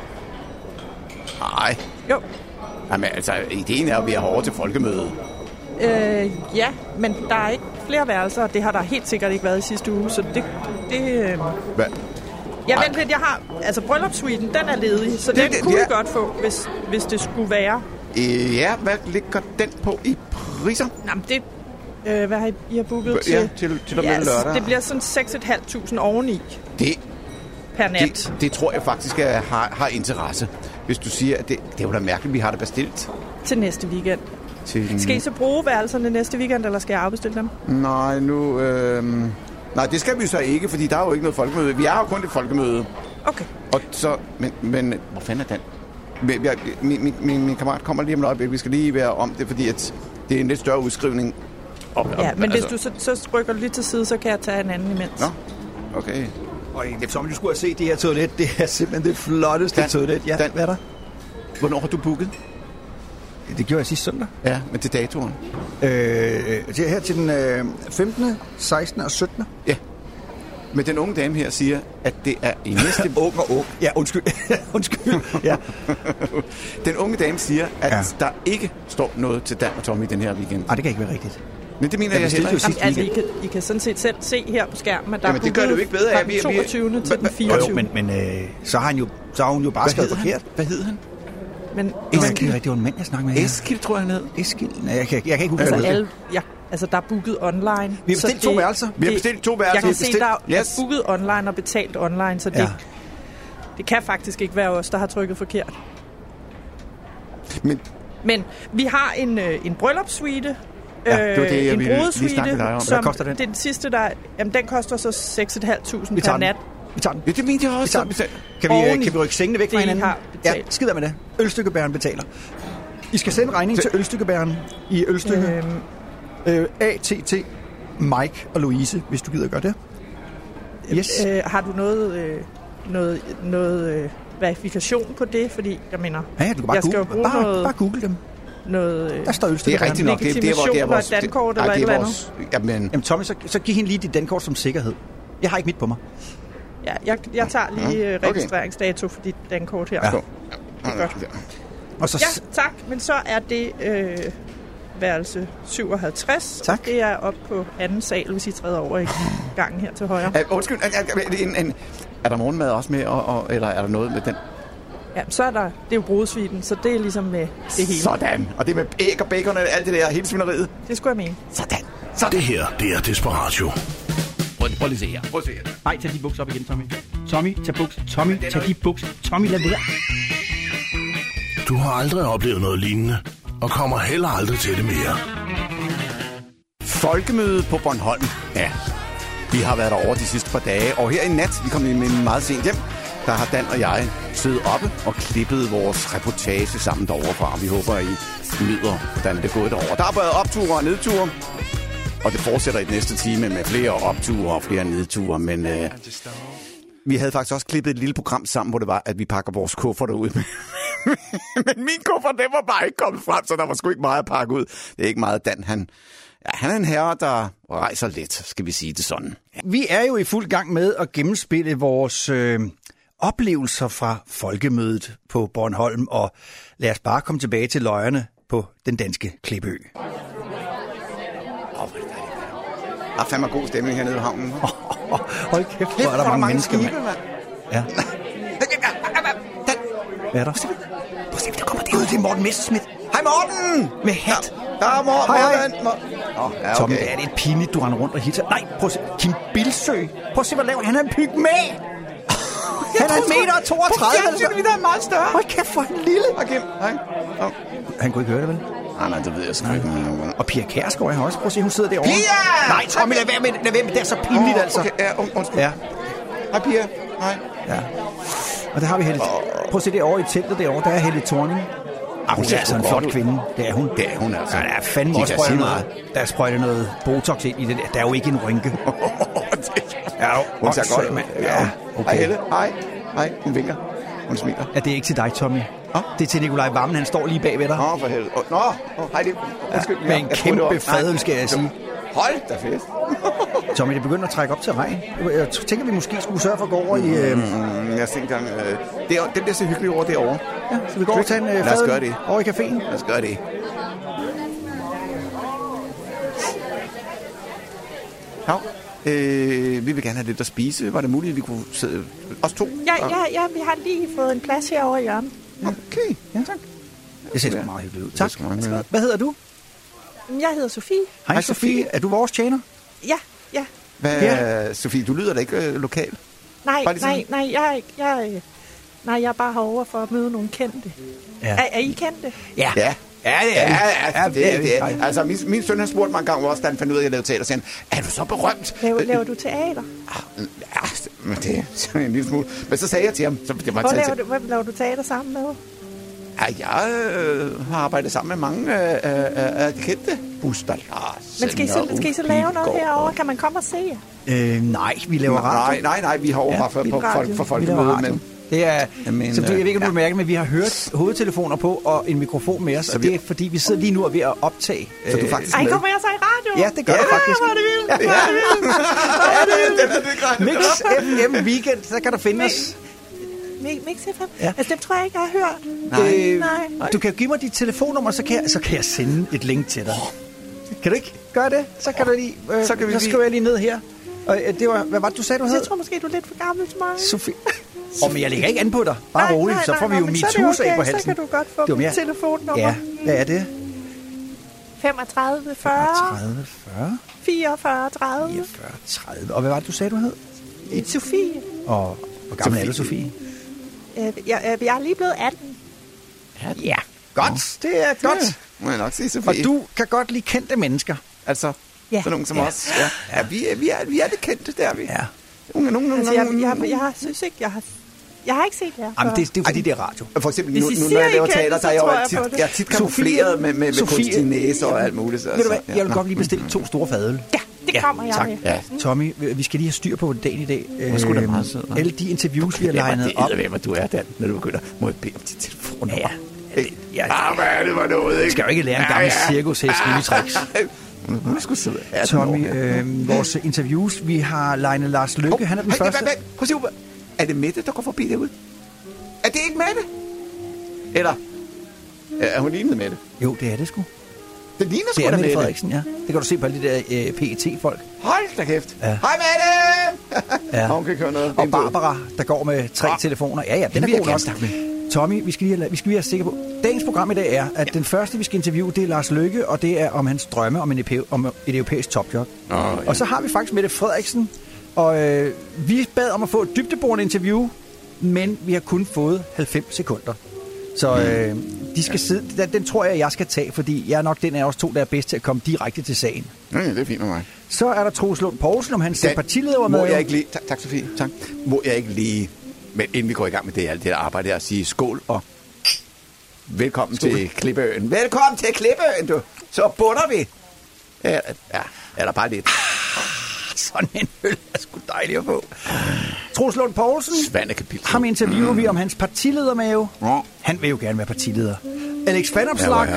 Nej. Jo. Jamen, altså, ideen er, at vi er over til Folkemødet. Ja, men der er ikke flere værelser, og det har der helt sikkert ikke været i sidste uge, så det Hvad? Ja, vent lidt, jeg har... Altså, bryllupssuiten, den er ledig, så den kunne vi godt få, hvis det skulle være. Ja, hvad ligger den på i priser? Jamen, det... hvad har I har booket til? Ja, til og med lørdag. Det bliver sådan 6.500 oveni. Per nat. Det tror jeg faktisk har interesse. Hvis du siger, at det er jo da mærkeligt, vi har det bestilt. Til næste weekend. Skal I så bruge værelserne næste weekend, eller skal jeg afbestille dem? Nej, nu... Nej, det skal vi så ikke, fordi der er jo ikke noget folkemøde. Vi er jo kun et folkemøde. Okay. Og så... Men hvor fanden er den? Min kammerat kommer lige om et øjeblik. Vi skal lige være om det, fordi at det er en lidt større udskrivning. Ja, men hvis du så rykker du lige til side, så kan jeg tage en anden imens. Nå, okay. Og det er som du skulle have set det her toilet. Det er simpelthen det flotteste toilet. Ja, hvad er der? Hvornår har du booket? Det gjorde jeg sidste søndag. Ja, men til datoren? Her til den 15., 16. og 17. Ja. Men den unge dame her siger, at det er i næste... ung. Ja, undskyld. Ja. Den unge dame siger, at der ikke står noget til Dan og Tommy den her weekend. Det kan ikke være rigtigt. Men det mener jeg heller ikke. Altså, I kan sådan set selv se her på skærmen, at der er det gør det jo ikke bedre fra den 22. til den 24. Jo, men så har hun jo bare skrevet forkert. Hvad hed han? Men Eskil, det var en mand, jeg snakkede med. Eskil, tror jeg, han hed. Eskil? Nej, jeg kan ikke huske det. Altså, der er booket online. Vi har bestilt 2 værelser. Jeg kan se, der er booket online og betalt online, så det kan faktisk ikke være os, der har trykket forkert. Men vi har en bryllupssuite, en brudesuite, som den sidste, den koster så 6.500 per nat. Vi tager den. Ja, det mente jeg også. Kan vi rykke sengene væk fra hinanden? Ja, skider med det. Ølstykkebæren betaler. I skal sende regning til ølstykkebæren i ølstykke. ATT, Mike og Louise, hvis du gider gøre det. Yes. Har du noget verifikation på det? Fordi, jeg mener, ja, du kan bare google, bare google dem. Der står ølstykkebæren. Det er rigtigt nok. Det er på et dankort eller et eller andet. Jamen Tommy, så giv hende lige dit dankort som sikkerhed. Jeg har ikke mit på mig. Ja, jeg tager lige registreringsdato for dit dankort her. Ja. Det er godt. Og så... Ja, tak. Men så er det værelse 57. Tak. Og det er op på anden sal, hvis I træder over i gangen her til højre. Undskyld, er der morgenmad også med, eller er der noget med den? Ja, så er der, det er jo brudesuiten, så det er ligesom med det hele. Sådan. Og det med æg og bacon og alt det der, hele svineriet. Det skulle jeg mene. Sådan. Det her, det er Desperatio. Prøv lige se her. Nej, tag de bukser op igen, Tommy. Tommy, tag bukser. Tommy, tag de bukser. Tommy, lad være. Du har aldrig oplevet noget lignende, og kommer heller aldrig til det mere. Folkemøde på Bornholm. Ja, vi har været derovre de sidste par dage, og her i nat, vi kom med meget sent hjem, der har Dan og jeg siddet oppe og klippet vores reportage sammen derovre. Vi håber, I nyder, hvordan det er gået derovre. Der er både opture og nedture, og det fortsætter i den næste time med flere opture og flere nedture, men vi havde faktisk også klippet et lille program sammen, hvor det var, at vi pakker vores kuffer ud. Men min kuffert, den var bare ikke kommet frem, så der var sgu ikke meget at pakke ud. Det er ikke meget Dan, han er en herre, der rejser lidt, skal vi sige det sådan. Vi er jo i fuld gang med at gennemspille vores oplevelser fra folkemødet på Bornholm, og lad os bare komme tilbage til løjerne på den danske Klippeø. Der er fandme god stemning hernede i havnen. Hold kæft, hvor er der mange mennesker, mand. Ja. Hvad er der? Prøv at se, der kommer derud. Det er Morten Messerschmidt. Hej Morten! Med hat. Der er Morten. Hej. Tommy, det er lidt pinligt, du render rundt og hilser. Nej, prøv at se. Kim Bilsøe. Prøv at se, hvor laver han er en pygmæ. Han er 1,32 meter. På der er meget større. Hold kæft, for en lille. Og Kim, hej. Han kunne ikke høre det, vel? Nej, det ved jeg sgu ikke. Og Pia Kjærsgaard er her også. Prøv at se, hun sidder derovre. Pia! Nej, Tommy, lad være med det. Det er så pinligt, altså. Okay, ja, undskyld. Ja. Hej Pia. Hej. Ja. Og der har vi Helle. Prøv at se derovre i teltet derovre. Der er Helle Thorning. Hun er altså en flot kvinde. Det er hun. Det er hun altså. Ja, der er fandme også sprøjtet noget. Der er sprøjtet noget Botox ind i det. Der er jo ikke en rynke. Ja, hun ser godt ud. Ja, okay. Hej Helle. Hej. Hun vinker. Hun smiler. Ja, det er ikke til dig, Tommy. Det er til Nikolaj Vammen, han står lige bag ved dig. For helvede. Hej det. Undskyld. Med en kæmpe fadøl, skal jeg sige. Hold da fest. Tommy, det begynder at trække op til regn. Jeg tænker, vi måske skulle sørge for at gå over i... Jeg tænker engang... Den bliver så hyggelig over derovre. Ja, så vi går og tager en fadøl over i caféen. Lad os gøre det. Vi vil gerne have lidt at spise. Var det muligt, at vi kunne sidde os to? Ja, vi har lige fået en plads herovre i hjørnet. Okay, ja, tak. Det ser sgu meget hyggeligt ud. Tak. Hvad hedder du? Jeg hedder Sofie. Hej Sofie. Er du vores tjener? Ja. Sofie, du lyder da ikke lokal? Nej, jeg er bare herovre for at møde nogle kendte. Ja. Er I kendte? Ja. Det er. Altså, min søn har spurgt mig en gang også, da han fandt ud af, at jeg lavede teater, og sagde han, er du så berømt? Laver du teater? Ja, det er en lille smule. Men så sagde jeg til ham... Hvem laver du teater sammen med? Ja, jeg har arbejdet sammen med mange af de kendte. Buster Larsen. Men skal I så lave noget herovre? Kan man komme og se jer? Nej, vi laver radio. Nej, vi har over for folkemødet, det er, så jeg ved ikke, om du mærker, men vi har hørt hovedtelefoner på og en mikrofon med os, og det er, fordi vi sidder lige nu og ved at optage. Så du faktisk med? Kommer jeg så i radio? Ja, det gør jeg faktisk. Mix FM Weekend, så kan du finde os. Mix FM? Ja. Altså, dem tror jeg ikke, jeg har hørt. Nej. Du kan give mig dit telefonnummer, så kan jeg sende et link til dig. Kan du ikke gøre det? Så kan du lige, så skriver jeg lige ned her. Og det var, hvad var det, du sagde, du hed? Jeg tror måske, du er lidt for gammel til mig. Sofie. Men jeg lægger ikke an på dig. Bare roligt, så får vi jo MeToo-sag på halsen. Så kan du godt få mit telefonnummer. Ja, hvad er det? 35 40 44 30. 44 30. Og hvad var det, du sagde, du hed? Sofie. Og hvor gammel er du, Sofie? Jeg er lige blevet 18. Ja, godt. Det er godt. Må jeg nok sige, Sofie. Og du kan godt lide kendte mennesker. Altså, sådan nogen som os. Ja, vi er det kendte, der vi. Ja. Jeg synes ikke, jeg har ikke set jer. Jamen, det er fordi, det er radio. For eksempel, nu når jeg laver teater, så er jeg tit kamufleret med kunstig næse og alt muligt. Ved du hvad, jeg vil godt lige bestille 2 store fadøl. Ja, det kommer jeg med. Ja. Tommy, vi skal lige have styr på dagen i dag. Alle de interviews, vi har legnet op. Det er hvad du er, Dan, når du begynder. Må jeg bede om dit telefonnummer? Ja. Hvad er det for noget, ikke? Skal jo ikke lære en gammel cirkushest nye tricks. Tommy, vores interviews, vi har legnet Lars Løkke, han er den første. Prøv at er det Mette, der går forbi derude? Er det ikke Mette? Eller er hun lignet Mette? Jo, det er det sgu. Det ligner sgu da Mette. Mette Frederiksen, ja. Det kan du se på alle de der PET-folk. Hold da kæft. Ja. Hej Mette! Ja. Hun kan køre noget. Og Barbara, der går med 3 telefoner. Ja, den er god også. Tommy, vi skal lige være sikre på. Dagens program i dag er, at den første, vi skal interviewe, det er Lars Løkke, og det er om hans drømme om et europæisk topjob. Og så har vi faktisk Mette Frederiksen, og vi bad om at få et dybdeborende interview, men vi har kun fået 90 sekunder. Så de skal sidde, den tror jeg skal tage, fordi jeg er nok den af os 2, der er bedst til at komme direkte til sagen. Ja, det er fint med mig. Så er der Troels Lund Poulsen, om hans partileder var med. Må jeg ikke lige... Tak, Sofie. Tak. Må jeg ikke lige... Men inden vi går i gang med det der arbejde, at sige skål og velkommen til Klippeøen. Velkommen til Klippeøen, du. Så bunder vi. Ja, eller bare lidt. Sådan en øl er sgu dejligt at få. Troels Lund Poulsen. Svandekapitel. Ham interviewer vi om hans partiledermave. Han vil jo gerne være partileder. Alex Vanopslagh.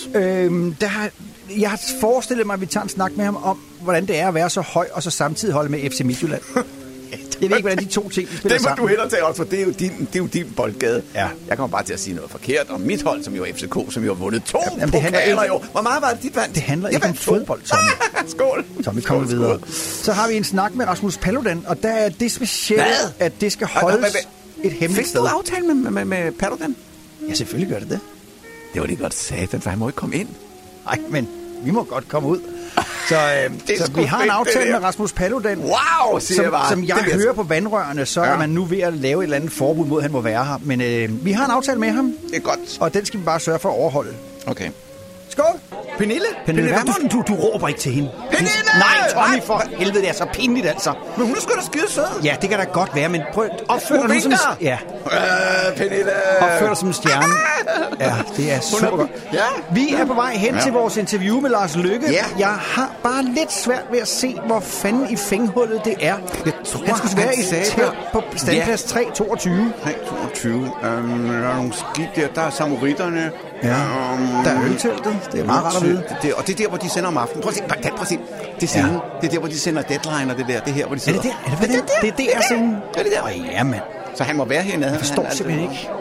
Jeg har forestillet mig, at vi tager en snak med ham om, hvordan det er at være så høj og så samtidig holde med FC Midtjylland. Jeg ved ikke, hvordan de 2 ting spiller sammen. Det må du hellere tage også, for det er jo din boldgade. Ja. Jeg kommer bare til at sige noget forkert om mit hold, som jo er FCK, som jo har vundet 2 pokaler jo. Hvor meget var det, dit vand? Det handler ikke om fodbold, Tommy. Skål. Tommy, kommer videre. Så har vi en snak med Rasmus Paludan, og der er det specielt, at det skal holdes et hemmeligt sted. Fik du aftale med Paludan? Ja, selvfølgelig gør det. Det var lige godt satan, for han må ikke komme ind. Nej, men vi må godt komme ud. Så vi har en aftale med Rasmus Paludan, som jeg hører på vandrørene, så er man nu ved at lave et eller andet forbud mod, at han må være her. Men vi har en aftale med ham, det er godt, og den skal vi bare sørge for at overholde. Okay. Skål! Pernille, du råber ikke til hende. Pernille! Nej, Tommy, for helvede, det er så pinligt altså. Men hun er sgu da skide sød. Ja, det kan da godt være, men prøv opfør dig som Pernille! Opfør dig som en stjerne. Ja, det er super godt. Ja. Vi er på vej hen til vores interview med Lars Løkke. Ja. Jeg har bare lidt svært ved at se, hvor fanden i fænghullet det er. Jeg tror, han skulle være i tæt på standplads 322. 322. Der er nogle skib der. Der er samuritterne. Ja, der er ølteltet. Det er meget rart at vide. Og det er der, hvor de sender om aftenen. Prøv at se. Det er scenen. Det er der, hvor de sender Deadline og det der. Det er her, hvor de sidder. Er det der? Det er der scenen. Det er det der. Ja, mand. Så han må være hernede. Jeg forstår simpelthen ikke.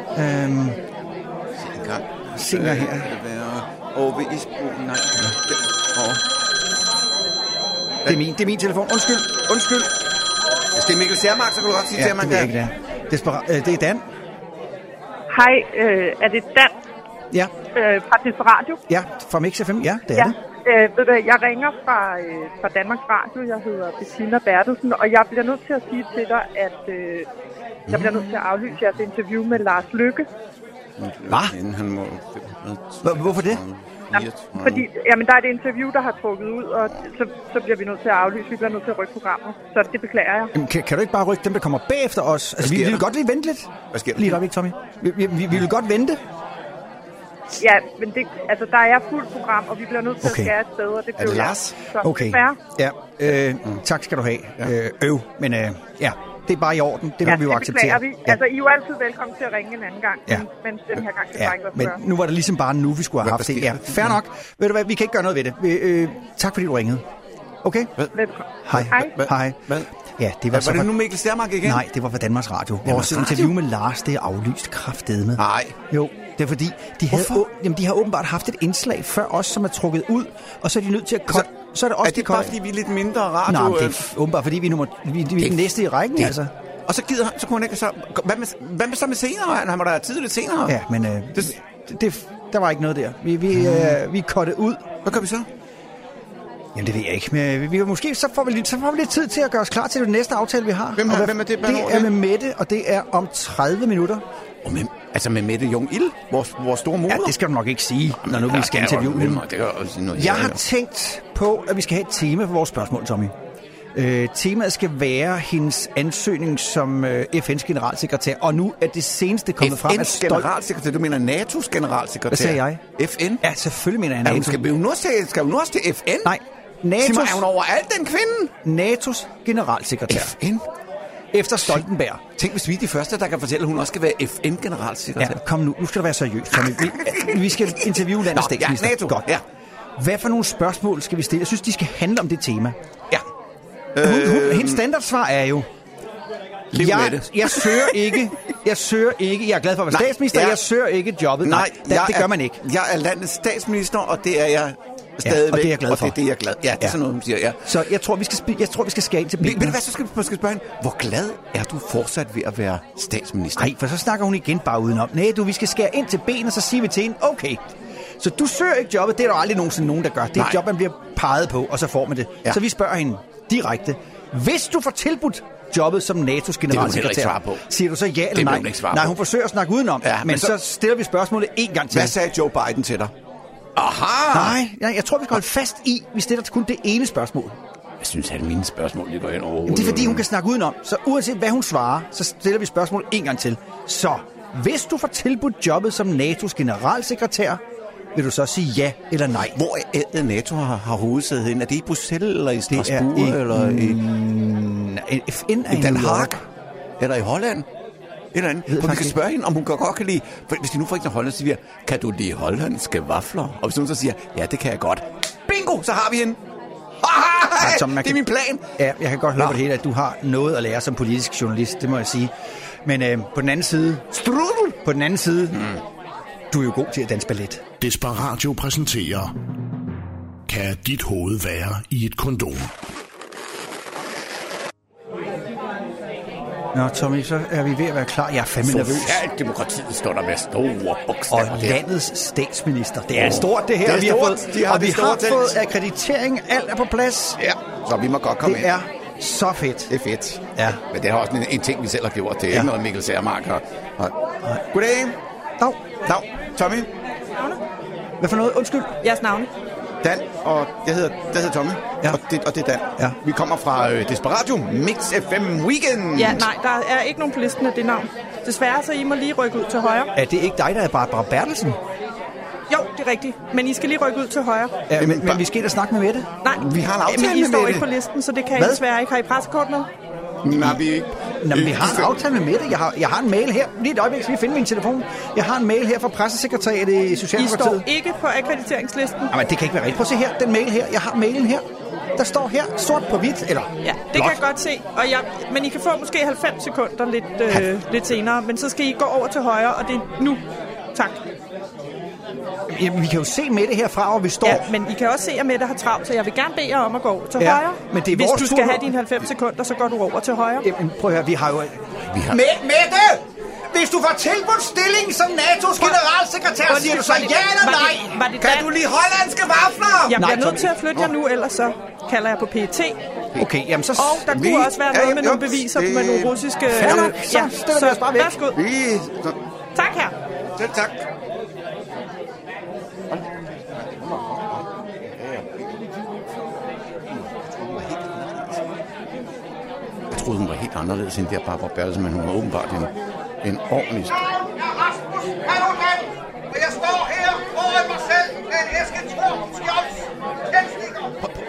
Singer her. Over ved Isbroen. Nej. Det er min telefon. Undskyld. Hvis det er Mikkel Schermark, så kan du godt sige til ham, det er ikke det er Dan. Hej, er det Dan? Ja. Fra Desperatio? Ja, fra Mix FM. Ja, det er det. Ved du, jeg ringer fra Danmarks Radio. Jeg hedder Bettina Bertelsen, og jeg bliver nødt til at sige til dig, at jeg bliver nødt til at aflyse jeres interview med Lars Løkke. Hvad? Hvorfor det? Fordi der er et interview, der har trukket ud, og så bliver vi nødt til at aflyse. Vi bliver nødt til at rykke programmet, så det beklager jeg. Jamen, kan du ikke bare rykke dem, der kommer bagefter os? Altså, vi vil godt lige vente lidt. Hvad sker der? Lige op, Tommy. Vi vil godt vente. Ja, men der er fuldt program, og vi bliver nødt til at skære et sted, og det bliver Lars? Okay. Ja, tak skal du have. Men det er bare i orden. Det må vi jo acceptere. Vi. Ja. Altså, I er jo altid velkommen til at ringe en anden gang, men den her gang kan det ikke være. Men nu var det ligesom bare nu, vi skulle have haft det. Ja, fair nok. Ved du hvad, vi kan ikke gøre noget ved det. Tak fordi du ringede. Okay? Velkommen. Hej. Hvad? Ja, det var det nu Mikkel Schermark igen? Nej, det var fra Danmarks Radio. Vores interview med Lars, det er aflyst kraftedeme. Nej. Jo, det er fordi, de har åbenbart haft et indslag før os, som er trukket ud, og så er de nødt til at så er det også det bare fordi vi er lidt mindre radio? Nej, det er åbenbart fordi vi er den næste i rækken, altså. Og så gider han, så kunne han ikke så... Hvad med så med senere? Han må da have tid lidt senere. Ja, men der var ikke noget der. Vi cuttede ud. Hvad gør vi så? Jamen, det ved jeg ikke. Men vi måske så får vi lidt tid til at gøre os klar til det næste aftale, vi har. Hvem er det? Det er med Mette, og det er om 30 minutter. Altså med Mette Jung-Il, vores store moder? Ja, det skal du nok ikke sige, når nu vi skal interviewe hende. Jeg har tænkt på, at vi skal have et tema for vores spørgsmål, Tommy. Temaet skal være hendes ansøgning som FN's generalsekretær, og nu er det seneste kommet frem. FN's generalsekretær? Du mener NATO's generalsekretær? Hvad sagde jeg? FN? Ja, selvfølgelig mener jeg NATO. Skal hun også til FN? Nej. Sig er hun overalt, den kvinde? NATO's generalsekretær. FN? Efter Stoltenberg. Tænk, hvis vi er de første, der kan fortælle, at hun også skal være FN-generalsekretær. Ja, kom nu. Nu skal du være seriøs, Tommy. Vi skal interviewe landets statsminister. Ja, NATO. Godt. Ja. Hvad for nogle spørgsmål skal vi stille? Jeg synes, de skal handle om det tema. Ja. Hendes standardsvar er jo... Jeg søger ikke. Jeg er glad for at være statsminister. Jeg søger ikke jobbet. Nej, det gør man ikke. Jeg er landets statsminister, og det er jeg stadigvæk. Og det er jeg glad for. Og det er jeg glad. Ja, det er sådan noget, hun siger, ja. Så jeg tror, vi skal skære ind til benene. Ved du hvad, så skal vi spørge hende, hvor glad er du fortsat ved at være statsminister? Nej, for så snakker hun igen bare udenom. Nej, vi skal skære ind til benene, så siger vi til hende, okay, så du søger ikke jobbet, det er der aldrig nogensinde nogen, der gør. Det er et job, man bliver peget på, og så får man det. Ja. Så vi spørger hende direkte, hvis du får tilbudt jobbet som NATO's generalsekretær, siger du så ja eller nej? Nej, hun forsøger at snakke udenom, men så stiller vi spørgsmålet en gang til. Hvad sagde Joe Biden til dig? Aha! Nej, jeg tror, vi skal holde fast i, vi stiller kun det ene spørgsmål. Jeg synes, at mine spørgsmål lige går hen over hovedet. Det er fordi, hun kan snakke udenom. Så uanset hvad hun svarer, så stiller vi spørgsmålet en gang til. Så, hvis du får tilbudt jobbet som NATO's generalsekretær, vil du så sige ja eller nej? Hvor er NATO har hovedsædet hen? Er det i Bruxelles eller i Strasbourg? Eller i FN er i Den Haag? Eller i Holland? Eller andet. For vi kan spørge hende, om hun godt kan lide... For hvis de nu får ikke Holland, så siger vi, kan du lide hollandske vafler? Og hvis hun så siger, ja, det kan jeg godt. Bingo, så har vi hende. Det er min plan. Ja, jeg kan godt høre på det hele, at du har noget at lære som politisk journalist, det må jeg sige. Men på den anden side... Du er jo god til at danse ballet. Desperatio præsenterer... Kan dit hoved være i et kondom? Nå, Tommy, så er vi ved at være klar. Jeg er fandme nervøs. Socialdemokratiet står der med store bogstaver. Og landets statsminister. Det er stort, det her. Det er stort. Vi har fået akkreditering. Alt er på plads. Ja, så vi må godt komme ind. Det er så fedt. Det er fedt. Ja. Men det er også en ting, vi selv har gjort. Det er ikke noget, Mikkel Schermark har. Goddag. Dag. Tommy. Hvad for noget? Undskyld. Jeres navne. Dan, og jeg hedder Tommy, og det er Dan. Ja. Vi kommer fra Desperatio Mix FM Weekend. Ja, nej, der er ikke nogen på listen af det navn. Desværre, så I må lige rykke ud til højre. Er det ikke dig, der er Barbara Bertelsen? Jo, det er rigtigt. Men I skal lige rykke ud til højre. Ja, men vi skal da snakke med Mette. Nej, vi har en aftale med Mette. Men I står ikke på listen, så det kan I desværre ikke. Har I pressekort med? Nej, vi ikke. Nå, vi har en aftale med Mette. Jeg har en mail her. Lige et øjeblik, skal vi finde min telefon. Jeg har en mail her fra pressesekretariatet i Socialdemokratiet. I står ikke på akkrediteringslisten. Jamen, det kan ikke være rigtigt. Prøv at se her. Den mail her. Jeg har mailen her. Der står her sort på hvidt, eller ja, det blot. Kan jeg godt se. Men I kan få måske 90 sekunder lidt senere. Men så skal I gå over til højre, og det er nu. Tak. Jamen, vi kan jo se Mette herfra, og vi står... Ja, men I kan også se, at Mette har travlt, så jeg vil gerne bede jer om at gå til højre. Men det er hvis vores du skal tur. have dine 90 sekunder, så går du over til højre. Jamen, prøv at høre, vi har jo... Mette! Hvis du får tilbudt stilling som NATO's generalsekretær, siger du så ja eller nej? Kan du lide hollandske vafler? Jeg bliver nødt til at flytte jer nu, ellers så kalder jeg på PET. Okay, jamen så... Og der kunne også være noget med nogle beviser med nogle russiske... Så stiller vi os bare væk. Værsgo. Tak her. Selv tak. Jeg troede, hun var helt anderledes end der Barbara Bertelsen, men hun var åbenbart en ordentlig... Rasmus Paludan, og jeg står her foran mig selv med en æske skjolds tændstikker.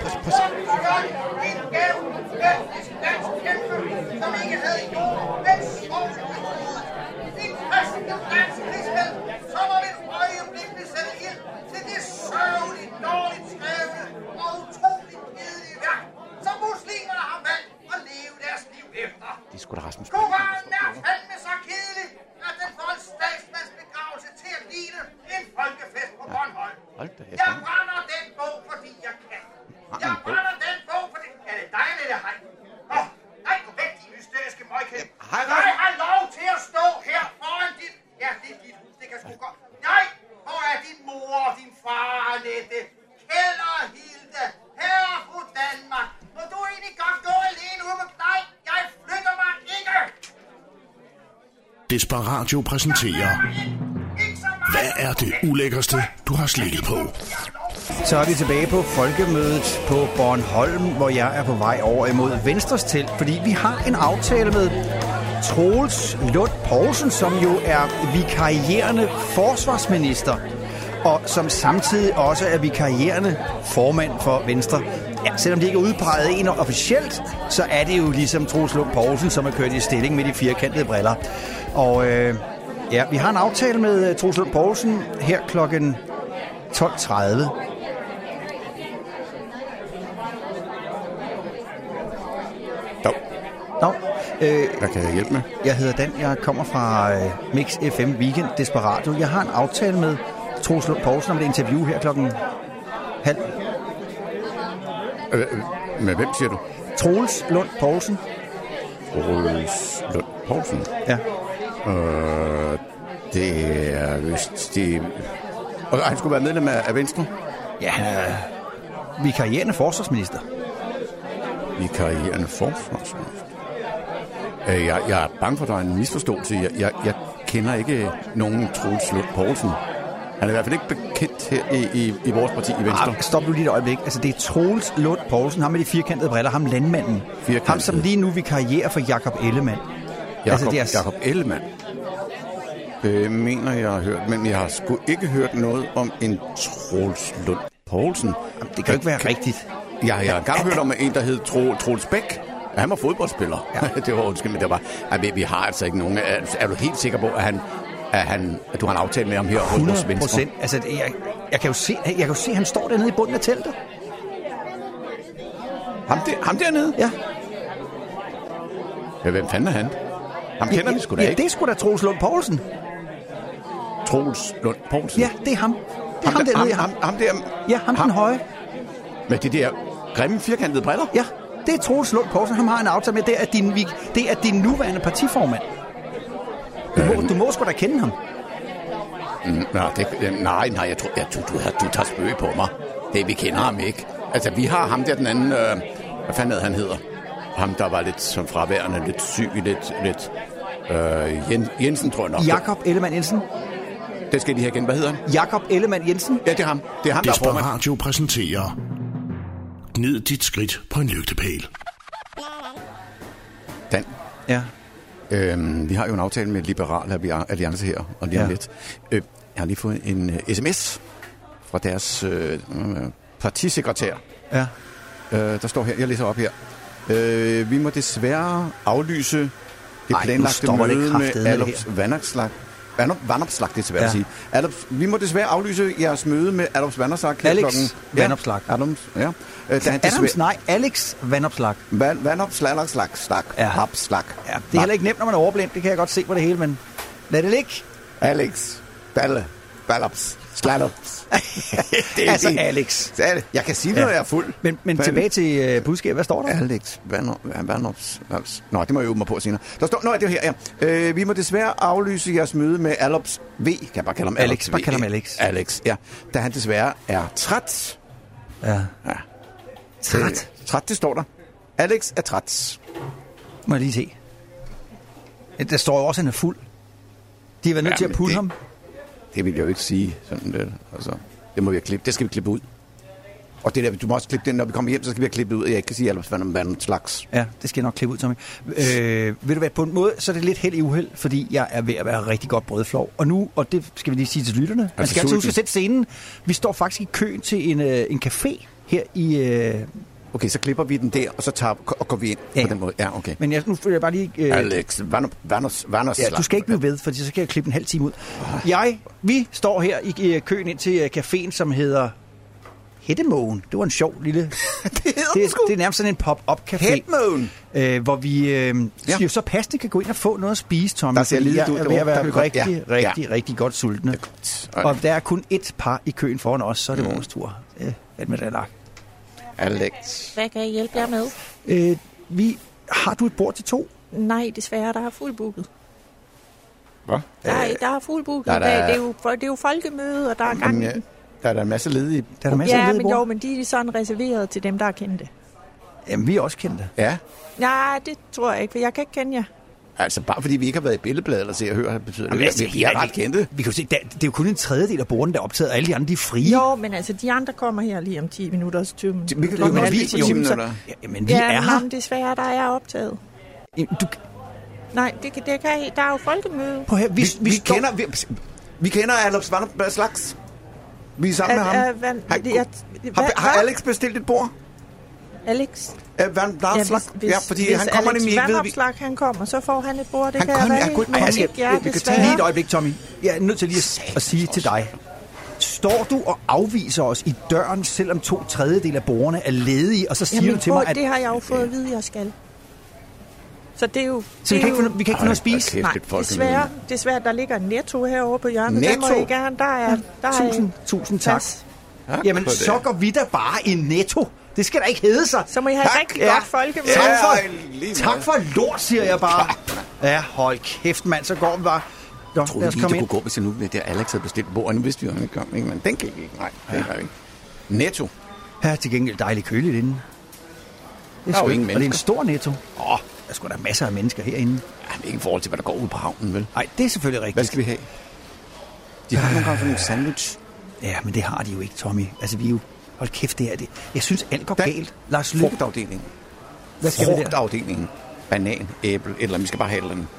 En gave, etnisk dansk kæmpe, som ikke havde jord, men skov i hovedet. En kristen dansk krigshelt, som om et øjeblik blev sætte ind til det sørgeligt, dårligt skrevne og utroligt kedelige værk, som muslimerne har valgt at leve deres liv efter. Det er sgu da Rasmus. Koranen er fandme så kedelig, at den får en statsmands begravelse til at ligne en folkefest på Bornholm. Jeg brænder den bog, fordi jeg kan. Jeg brænder den bog, fordi... Er det dig, eller hej? Nej, gå væk, din hysteriske møgkæde. Jeg har lov til at stå her foran dit... Ja, det er dit hus, det kan sgu godt... Nej, hvor er din mor og din far, Annette? Kjeld og Hilde, herre og fru Danmark. Må du egentlig godt gå alene ud med... Nej, jeg flytter mig ikke! Desperatio præsenterer... Hvad er det ulækkerste, du har slikket på? Så er vi tilbage på folkemødet på Bornholm, hvor jeg er på vej over imod Venstres telt, fordi vi har en aftale med Troels Lund Poulsen, som jo er vikarierende forsvarsminister, og som samtidig også er vikarierende formand for Venstre. Ja, selvom det ikke er udpeget en officielt, så er det jo ligesom Troels Lund Poulsen, som er kørt i stilling med de firkantede briller. Og ja, vi har en aftale med Troels Lund Poulsen her klokken 12:30. Hvad kan jeg hjælpe med? Jeg hedder Dan, jeg kommer fra Mix FM Weekend Desperatio. Jeg har en aftale med Troels Lund Poulsen om et interview her klokken 12:30. Med hvem siger du? Troels Lund Poulsen. Troels Lund Poulsen? Ja. Det er vist... Og han skulle være medlem af Venstre? Ja, vikarierende forsvarsminister. Vikarierende forsvarsminister? Jeg er bange for, at der er en misforståelse. Jeg kender ikke nogen Troels Lund Poulsen. Han er i hvert fald ikke bekendt her i vores parti i Venstre. Stop nu lige et øjeblik. Altså, det er Troels Lund Poulsen, ham med de firkantede briller, ham landmanden. Ham, som lige nu vikarierer for Jakob Ellemann. Jakob Ellemann? Det mener jeg har hørt, men jeg har sgu ikke hørt noget om en Troels Lund Poulsen. Jamen, det kan jo ikke være rigtigt. Jeg har engang hørt om en, der hed Troels Bæk. Han var fodboldspiller. Ja. Det var undskyld, men det var... Vi har altså ikke nogen... Er du helt sikker på, at du har en aftale med ham her hos Venstre? 100%. Altså, jeg kan jo se, at han står dernede i bunden af teltet. Ham dernede? Ja. Ja, hvem fanden er han? Ham kender vi sgu da ikke. Det er sgu da Troels Lund Poulsen. Troels Lund Poulsen? Ja, det er ham. Det er ham dernede. Ham der? Ja, ham den høje. Med de der grimme firkantede briller? Ja, det er Troels Lund Poulsen. Han har en aftale med, det er din nuværende partiformand. Du må sgu da kende ham. Nej, jeg tror, du tager spøg på mig. Vi kender ham ikke. Altså, vi har ham der den anden... hvad fanden han hedder? Ham, der var lidt som fraværende, lidt syg, lidt Jensen, tror jeg nok. Jakob Ellemann Jensen. Det skal de have igen. Hvad hedder han? Jakob Ellemann Jensen. Ja, det er ham. Det er ham, der er formand. Desperatio præsenterer Gnid dit skridt på en lygtepæl. Dan. Ja. Vi har jo en aftale med Liberal Alliance her, og lige om lidt. Jeg har lige fået en sms fra deres partisekretær. Ja. Der står her, jeg læser op her. Vi må desværre aflyse det planlagte møde med Adolf Vanopslagh, det er svært at sige. Vi må desværre aflyse jeres møde med Adolf Vanopslagh. Alex Vanopslagh. Alex Vanopslagh. Vanopslagh. Ja, det er heller ikke nemt, når man er overblind. Det kan jeg godt se på det hele, men lad det ligge. Alex Ballops. Slalops. Altså Alex. Jeg kan sige, når jeg er fuld. Men tilbage til budskabet. Hvad står der? Alex Vandops. Nå, det må jeg øve mig på senere. Der står, det er her, ja. Vi må desværre aflyse jeres møde med Alops V. Kan jeg bare kalde ham Alex? Bare kalde ham Alex. Alex, ja. Da han desværre er træt. Ja. Træt, det står der. Alex er træt. Må jeg lige se. Der står jo også, at han er fuld. De har været nødt til at putte ham. Det vil jeg jo ikke sige. Sådan det. Altså, det må vi klippe. Det skal vi klippe ud. Og det der, du må også klippe den, når vi kommer hjem, så skal vi have klippet ud. Jeg ikke kan sige, hvad slags. Ja, det skal jeg nok klippe ud, Tommy. Vil du være på en måde, så er det lidt held i uheld, fordi jeg er ved at være rigtig godt brødflov. Og det skal vi lige sige til lytterne. Man skal altid huske at sætte scenen. Vi står faktisk i køen til en café her i... Okay, så klipper vi den der, og så går vi ind på den måde. Ja, okay. Men nu vil jeg bare lige... Alex, Vanders. Ja, du skal ikke blive ved, for så kan jeg klippe en halv time ud. Vi står her i køen ind til caféen, som hedder Hættemågen. Det var en sjov lille... det er nærmest sådan en pop-up café. Hættemågen. Hvor vi jo så passende kan gå ind og få noget at spise, Tommy. Der ser lidt ud. Jeg er ved at være rigtig godt sultne. Og der er kun et par i køen foran os, så er det vores tur. Hvad med det lagt? Alex. Hvad kan jeg hjælpe jer med? Har du et bord til 2? Nej, desværre, der er fuldbooket. Hvad? Der er fuldbooket. Det er jo folkemøde, og der er gang i den. Der er der en masse ledige. Men de er sådan reserveret til dem, der er kendte. Jamen, vi er også kendte. Ja. Nej, det tror jeg ikke, for jeg kan ikke kende jer. Altså, bare fordi vi ikke har været i Billedbladet eller se og høre, betyder det. Vi er ret kendte. Vi kan jo se, det er jo kun en tredjedel af bordene, der er optaget, og alle de andre, de er frie. Jo, men altså, de andre kommer her lige om 10 minutter, 20 minutter. Vi kan komme lige på 10 minutter. Jamen, vi er her. Men desværre, der er optaget. Nej, der er jo folkemøde. Vi kender Alex Vanderslags. Vi er sammen med ham. Har Alex bestilt et bord? Alex? Vanderslag? Ja, fordi han kommer nemlig ikke ved. Hvis Vanderslag han kommer, så får han et bord. Det kan vi kan tage lige et øjeblik, Tommy. Jeg er nødt til lige at sige til dig. Står du og afviser os i døren, selvom 2/3 af bordene er ledige, og så siger du til mig, at... det har jeg jo fået at vide, jeg skal. Så det er jo... Så vi kan ikke få noget at spise? Nej, desværre, der ligger en Netto herovre på hjørnet. Netto? Der må I gerne. Der er tusind tak. Ja, jamen, så går vi da bare i Netto. Det skal da ikke hedde sig. Så må I have rigtig godt folkemøde. Tak for lort, siger jeg bare. Ja, hold kæft, mand, så går vi bare. Jeg troede lige, det kunne gå, hvis jeg nu der Alex havde bestilt bord, og nu vidste vi jo, han ikke kom, ikke? Men den gik ikke. Nej, det er ikke. Netto. Her til gengæld dejligt køligt inde. Det er jo ingen mennesker. Og det er en stor Netto. Der er sgu da masser af mennesker herinde. Ja, ikke i forhold til, hvad der går ud på havnen, vel? Nej, det er selvfølgelig rigtigt. Hvad skal vi have? De har nogle gange sådan en sandwich. Ja, men det har de jo ikke, Tommy. Altså, vi er jo... Hold kæft, det er det. Jeg synes, alt går galt. Lars Lykke. Frugtafdelingen. Hvad skal vi der? Frugtafdelingen. Banan, æble, eller vi skal bare have et eller andet.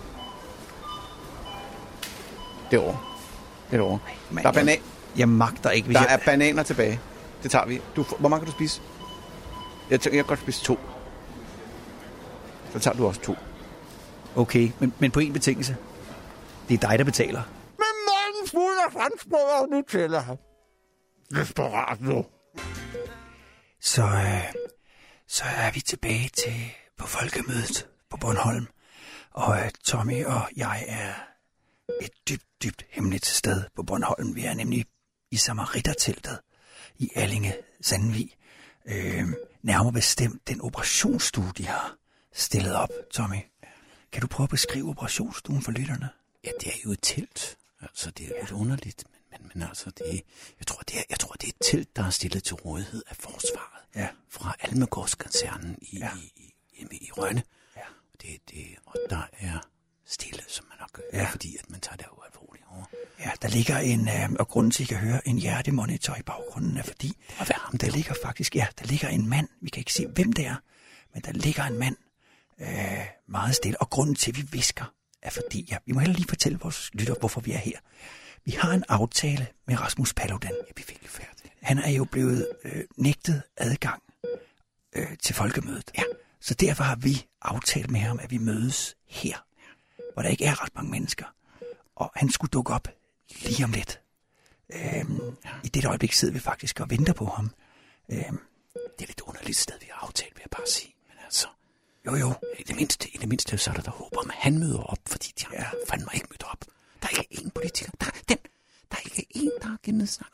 Derovre. Der er banan. Jeg magter ikke. Der er bananer tilbage. Det tager vi. Hvor mange kan du spise? Jeg kan godt spise 2. Så tager du også 2. Okay, men på en betingelse. Det er dig, der betaler. Men morgen fuld af franskbrød og Nutella. Desperat nu. Så er vi tilbage på folkemødet på Bornholm. Og Tommy og jeg er et dybt hemmeligt sted på Bornholm. Vi er nemlig i Samariterteltet i Allinge Sandvig. Nærmere bestemt den operationsstue, de har stillet op, Tommy. Kan du prøve at beskrive operationsstuen for lytterne? Ja, det er jo et telt. Altså, det er lidt underligt, men altså, jeg tror, det er et telt, der er stillet til rådighed af forsvaret fra Almegårdskasernen i Rønne. Ja. Og der er stille, som man nok gør, fordi at man tager det jo alvorligt over. Ja, der ligger og grunden til, at I kan høre en hjertemonitor i baggrunden, er fordi, der ligger en mand, vi kan ikke se, hvem det er, men der ligger en mand meget stille, og grunden til, at vi visker, er fordi, vi må heller lige fortælle vores lytter, hvorfor vi er her. Vi har en aftale med Rasmus Paludan. Ja, vi er virkelig færdige. Han er jo blevet nægtet adgang til folkemødet. Ja. Så derfor har vi aftalt med ham, at vi mødes her, hvor der ikke er ret mange mennesker. Og han skulle dukke op lige om lidt. I det øjeblik sidder vi faktisk og venter på ham. Det er lidt underligt sted, vi har aftalt, vil jeg bare sige. Men altså... Jo. I det mindste så er der håber om, at han møder op, fordi de har fandme ikke mødt op. Der er ikke én politiker. Der er ikke én, der har givet snak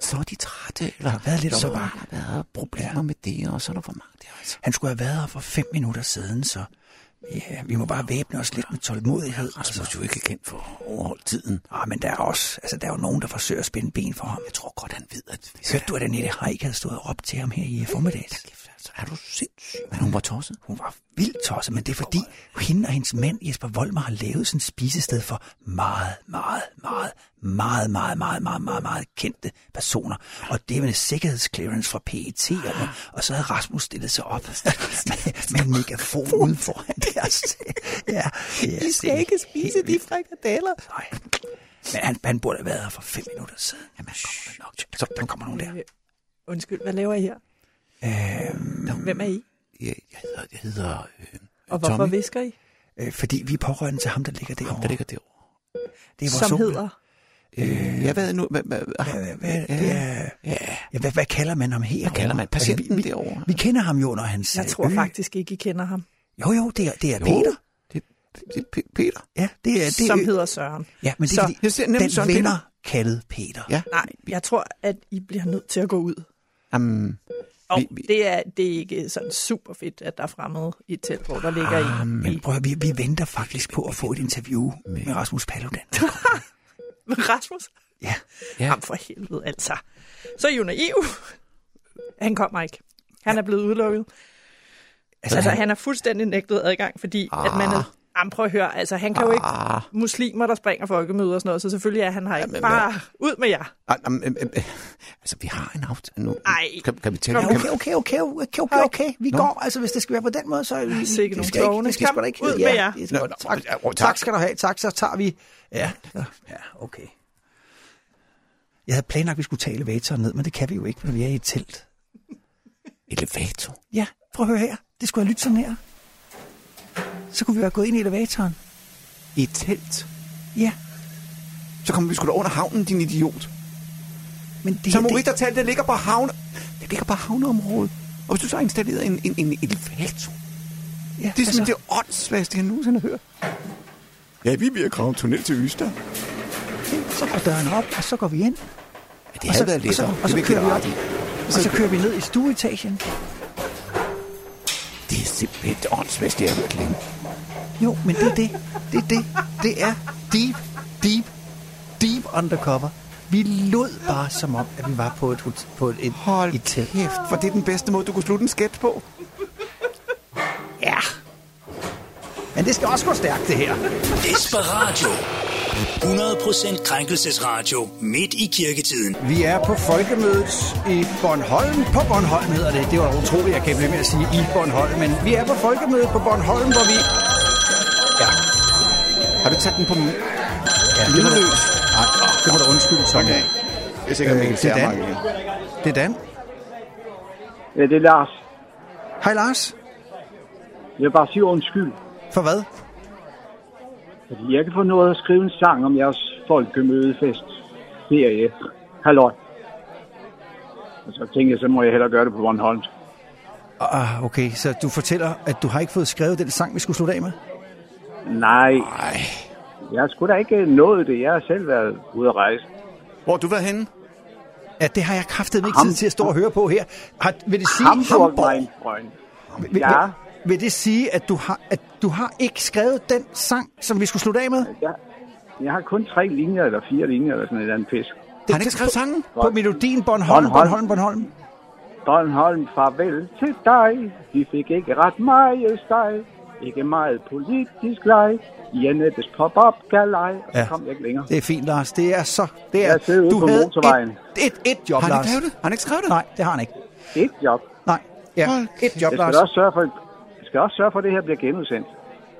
så er de trætte, eller har været lidt så op ad har der været problemer med det, og så er der for mange der. Altså. Han skulle have været her for 5 minutter siden, så ja, vi må bare væbne os lidt med tålmodighed. Rasmus er jo ikke kendt for at overholde tiden. Men der er også, altså der er jo nogen, der forsøger at spænde ben for ham. Jeg tror godt, han ved, at... Hørte du, at Annette Heick havde stået og råbt til ham her i formiddags? Altså, er du sindssyg? Men hun var tosset. Hun var vildt tosset, men det er fordi, hende og hendes mand Jesper Voldmar har lavet sådan et spisested for meget kendte personer. Og det er med sikkerhedsclearance fra PET, og så havde Rasmus stillet sig op med en megafon ude foran deres. Ja, I skal ikke spise de frikadeller. Nej, men han burde have været her for 5 minutter siden. Jamen, nok. Så der kommer nogen der. Undskyld, hvad laver I her? Hvem er I? Jeg hedder og hvorfor Tommy. visker I? Fordi vi er pårørende til ham, der ligger derovre. Der ligger derovre. Det er som hedder? Jeg ved nu... Hvad kalder man ham her? Hvad kalder man patienten derovre? Vi kender ham jo under hans... Jeg tror faktisk ikke, I kender ham. Jo, det er Peter. Det er Peter. Ja, det er... Som hedder Søren. Ja, men det er fordi, den Søren venner kaldet Peter. Ja. Nej, jeg tror, at I bliver nødt til at gå ud. Det er ikke sådan super fedt, at der er fremmede i et telt, hvor der ligger i. Men prøv at, vi venter faktisk på at få et interview med Rasmus Paludan. Med Rasmus? Ja. Jamen for helvede, altså. Så er I jo naiv. Han kommer ikke. Han er blevet udelukket. Altså han er fuldstændig nægtet adgang, fordi at man er... Prøv at høre, altså han kan jo ikke muslimer, der springer folkemøder og sådan noget, så selvfølgelig er han her ikke. Bare ud med jer. Altså, vi har en aftale nu. Ej. Kan vi tælle? Okay. Vi går, altså hvis det skal være på den måde, så... Det skal ikke ud med jer. Tak skal du have. Tak, så tager vi... Ja, okay. Jeg havde planlagt, at vi skulle tage elevatoren ned, men det kan vi jo ikke, når vi er i et telt. Elevator? Ja, prøv at høre her. Det skulle jeg lytte sådan her. Så kunne vi være gået ind i elevatoren. I et telt? Ja. Så kommer vi sgu da under havnen, din idiot. Men det Samaritertelt, det ligger på havne. Det ligger på havneområdet. Og hvis du så har installeret en elevator. Ja, det er simpelthen det åndssvageste, jeg nogensinde har hørt. Ja, vi er ved at grave en tunnel til Ystad. Så går døren op, og så går vi ind. Ja, det havde været lettere. Og så kører vi op. Og så kører vi ned i stueetagen. Det er simpelthen det åndssvageste, jeg har hørt længe. Jo, men det er det. Det er deep undercover. Vi lød bare som om, at vi var på et telt. Kæft, for det er den bedste måde, du kunne slutte en sketch på. Ja. Men det skal også gå stærkt, det her. Desperatio. 100% krænkelsesradio midt i kirketiden. Vi er på folkemødet i Bornholm. På Bornholm hedder det. Det var utroligt, jeg kan blive med at sige i Bornholm. Men vi er på folkemødet på Bornholm, hvor vi... Ja. Har du taget den på... Ja, det må du undskylde, Tommy. Okay. Det er sikkert Mikkel Særmark. Det er Dan. Ja, det er Lars. Hej, Lars. Jeg vil bare sige undskyld. For hvad? Fordi jeg kan få noget at skrive en sang om jeres folkemødefest. Ferie. Halløj. Og så tænkte jeg, så må jeg hellere gøre det på Bornholm. Okay, så du fortæller, at du har ikke fået skrevet den sang, vi skulle slutte af med? Nej. Jeg har sgu da ikke nået det. Jeg har selv været ude at rejse. Hvor har du været henne? Ja, det har jeg kraftedeme ikke tid til at stå og høre på her. Vil det sige Hamburg? Ja. Vil det sige, at du har ikke skrevet den sang, som vi skulle slutte af med? Jeg har kun 3 linjer eller 4 linjer eller sådan et andet pis. Har han ikke skrevet sangen? På melodien Bornholm. Bornholm, farvel til dig. Vi fik ikke ret meget steg. Ikke meget politisk leg. I Annettes pop-up galej. Og så kom jeg ikke længere. Det er fint, Lars. Det er jeg sidder ude på motorvejen. Et job, Lars. Har han ikke skrevet det? Har han ikke skrevet det? Nej, det har han ikke. Et job? Nej. Ja, et job, Lars. Jeg skal også sørge for, at det her bliver genudsendt.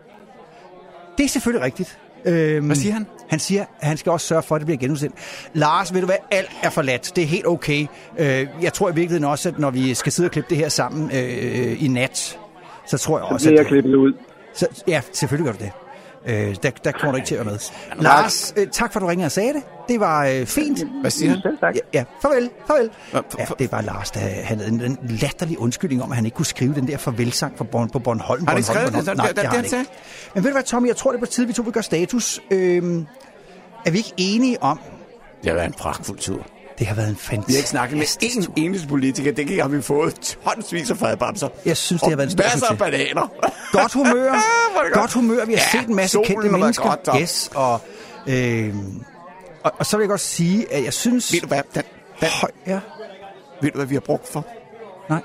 Det er selvfølgelig rigtigt. Hvad siger han? Han siger, at han skal også sørge for, at det bliver genudsendt. Lars, ved du hvad? Alt er forladt. Det er helt okay. Jeg tror i virkeligheden også, at når vi skal sidde og klippe det her sammen i nat, så tror jeg også, så bliver jeg klippet ud. Ja, selvfølgelig gør du det. Der kommer du ikke til at være med. Lars, tak for, at du ringede og sagde det. Det var fint. Hvad siger han? Ja, farvel. Ja, det var Lars, der havde en latterlig undskyldning om, at han ikke kunne skrive den der farvelsang på Bornholm. Har han ikke skrevet det? Nej, det har han ikke. Men ved du hvad, Tommy, jeg tror, det er på tide, vi to vil gøre status. Er vi ikke enige om... Det har været en pragtfuld tur. Det har været en fantastisk... Vi har ikke snakket med én eneste politiker. Det har vi fået tonsvis af fadbamser. Jeg synes, det har været en stor masser af bananer. Godt humør. Godt humør. Vi har set en masse kendte mennesker. Yes, og så vil jeg godt sige, at jeg synes... Ved du hvad? Ved du, hvad vi har brugt for? Nej.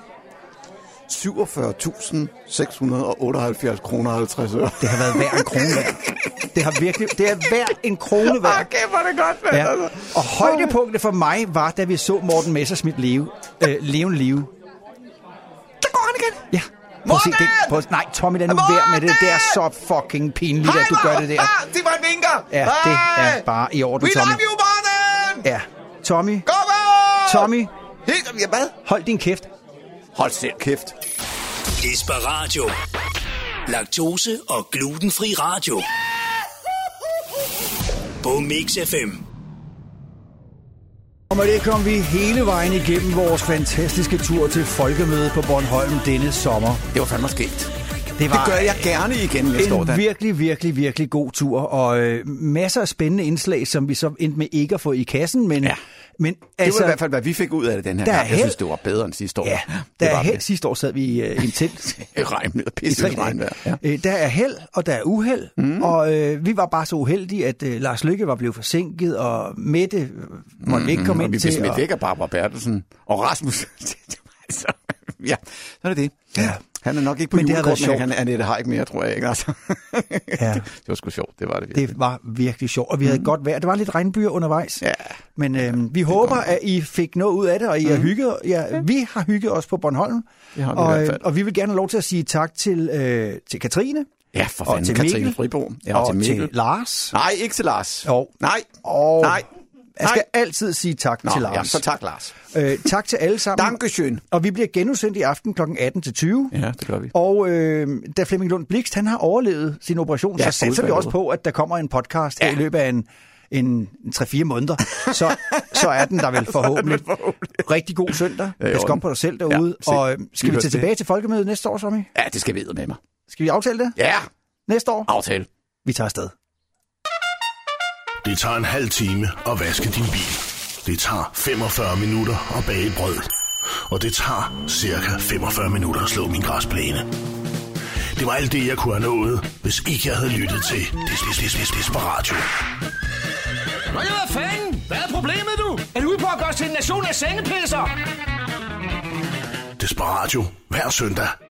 47.678 kroner 50 øre. Det har været hver en krone værd. Det er hver en krone værd. Okay, hvor er det godt, mand. Ja. Og højdepunktet for mig var, da vi så Morten Messerschmidt levende live. Der går han igen. Ja. Nej, Tommy, lad nu være med det. Det er så fucking pinligt, at du gør det der. Det var en vinker. Ja, det er bare i orden, Tommy. We love you, Morten. Ja, Tommy. Go! Tommy. Hvad? Hold din kæft. Hold selv kæft. Desperatio. Laktose og glutenfri radio. På Mix FM. Og med det kom vi hele vejen igennem vores fantastiske tur til Folkemødet på Bornholm denne sommer. Det var fandme skægt. Det gør jeg gerne igen næste år. En virkelig god tur, og masser af spændende indslag, som vi så endte med ikke at få i kassen, men... Ja. Men det var i hvert fald, hvad vi fik ud af det den her gang. Jeg synes, det var bedre end sidste år. Ja, sidste år sad vi i en telt. Regnvejr. Ja. Der er held, og der er uheld. Og vi var bare så uheldige, at Lars Løkke var blevet forsinket, og Mette måtte ikke komme ind til. Og vi blev smidt væk af Barbara Bertelsen og Rasmus. Ja, så er det. Ja. Han er nok ikke på julekortet, men han Annette har ikke mere, tror jeg ikke. Altså. Ja. Det var sgu sjovt, det var det virkelig. Det var virkelig sjovt, og vi havde godt vejr. Det var lidt regnbyer undervejs. Ja. Men vi håber, at I fik noget ud af det, og I har hygget. Ja, vi har hygget os på Bornholm. Det har vi i hvert fald. Og vi vil gerne have lov til at sige tak til Katrine. Ja, for fanden, til Katrine Friborg. Ja, og til Lars. Nej, ikke til Lars. Jo. Nej. Jeg skal altid sige tak til Lars. Ja, så tak, Lars. Tak til alle sammen. Dankeschön. Og vi bliver genudsendt i aften kl. 18-20. Ja, det gør vi. Og da Flemming Lund Blixt, han har overlevet sin operation, så satser vi også på, at der kommer en podcast her i løbet af en 3-4 måneder. Så er den der vel forhåbentlig. Rigtig god søndag. Pas godt på dig selv derude. Ja, og skal vi tage tilbage til Folkemødet næste år, Tommy? Ja, det skal vi med mig. Skal vi aftale det? Ja. Næste år? Aftale. Vi tager afsted. Det tager en halv time at vaske din bil. Det tager 45 minutter at bage brød. Og det tager cirka 45 minutter at slå min græsplæne. Det var alt det, jeg kunne have nået, hvis ikke jeg havde lyttet til Desperatio. Hvad fanden? Hvad er problemet, du? Er du ude på at gøre os til en nation af sengepisser? Desperatio hver søndag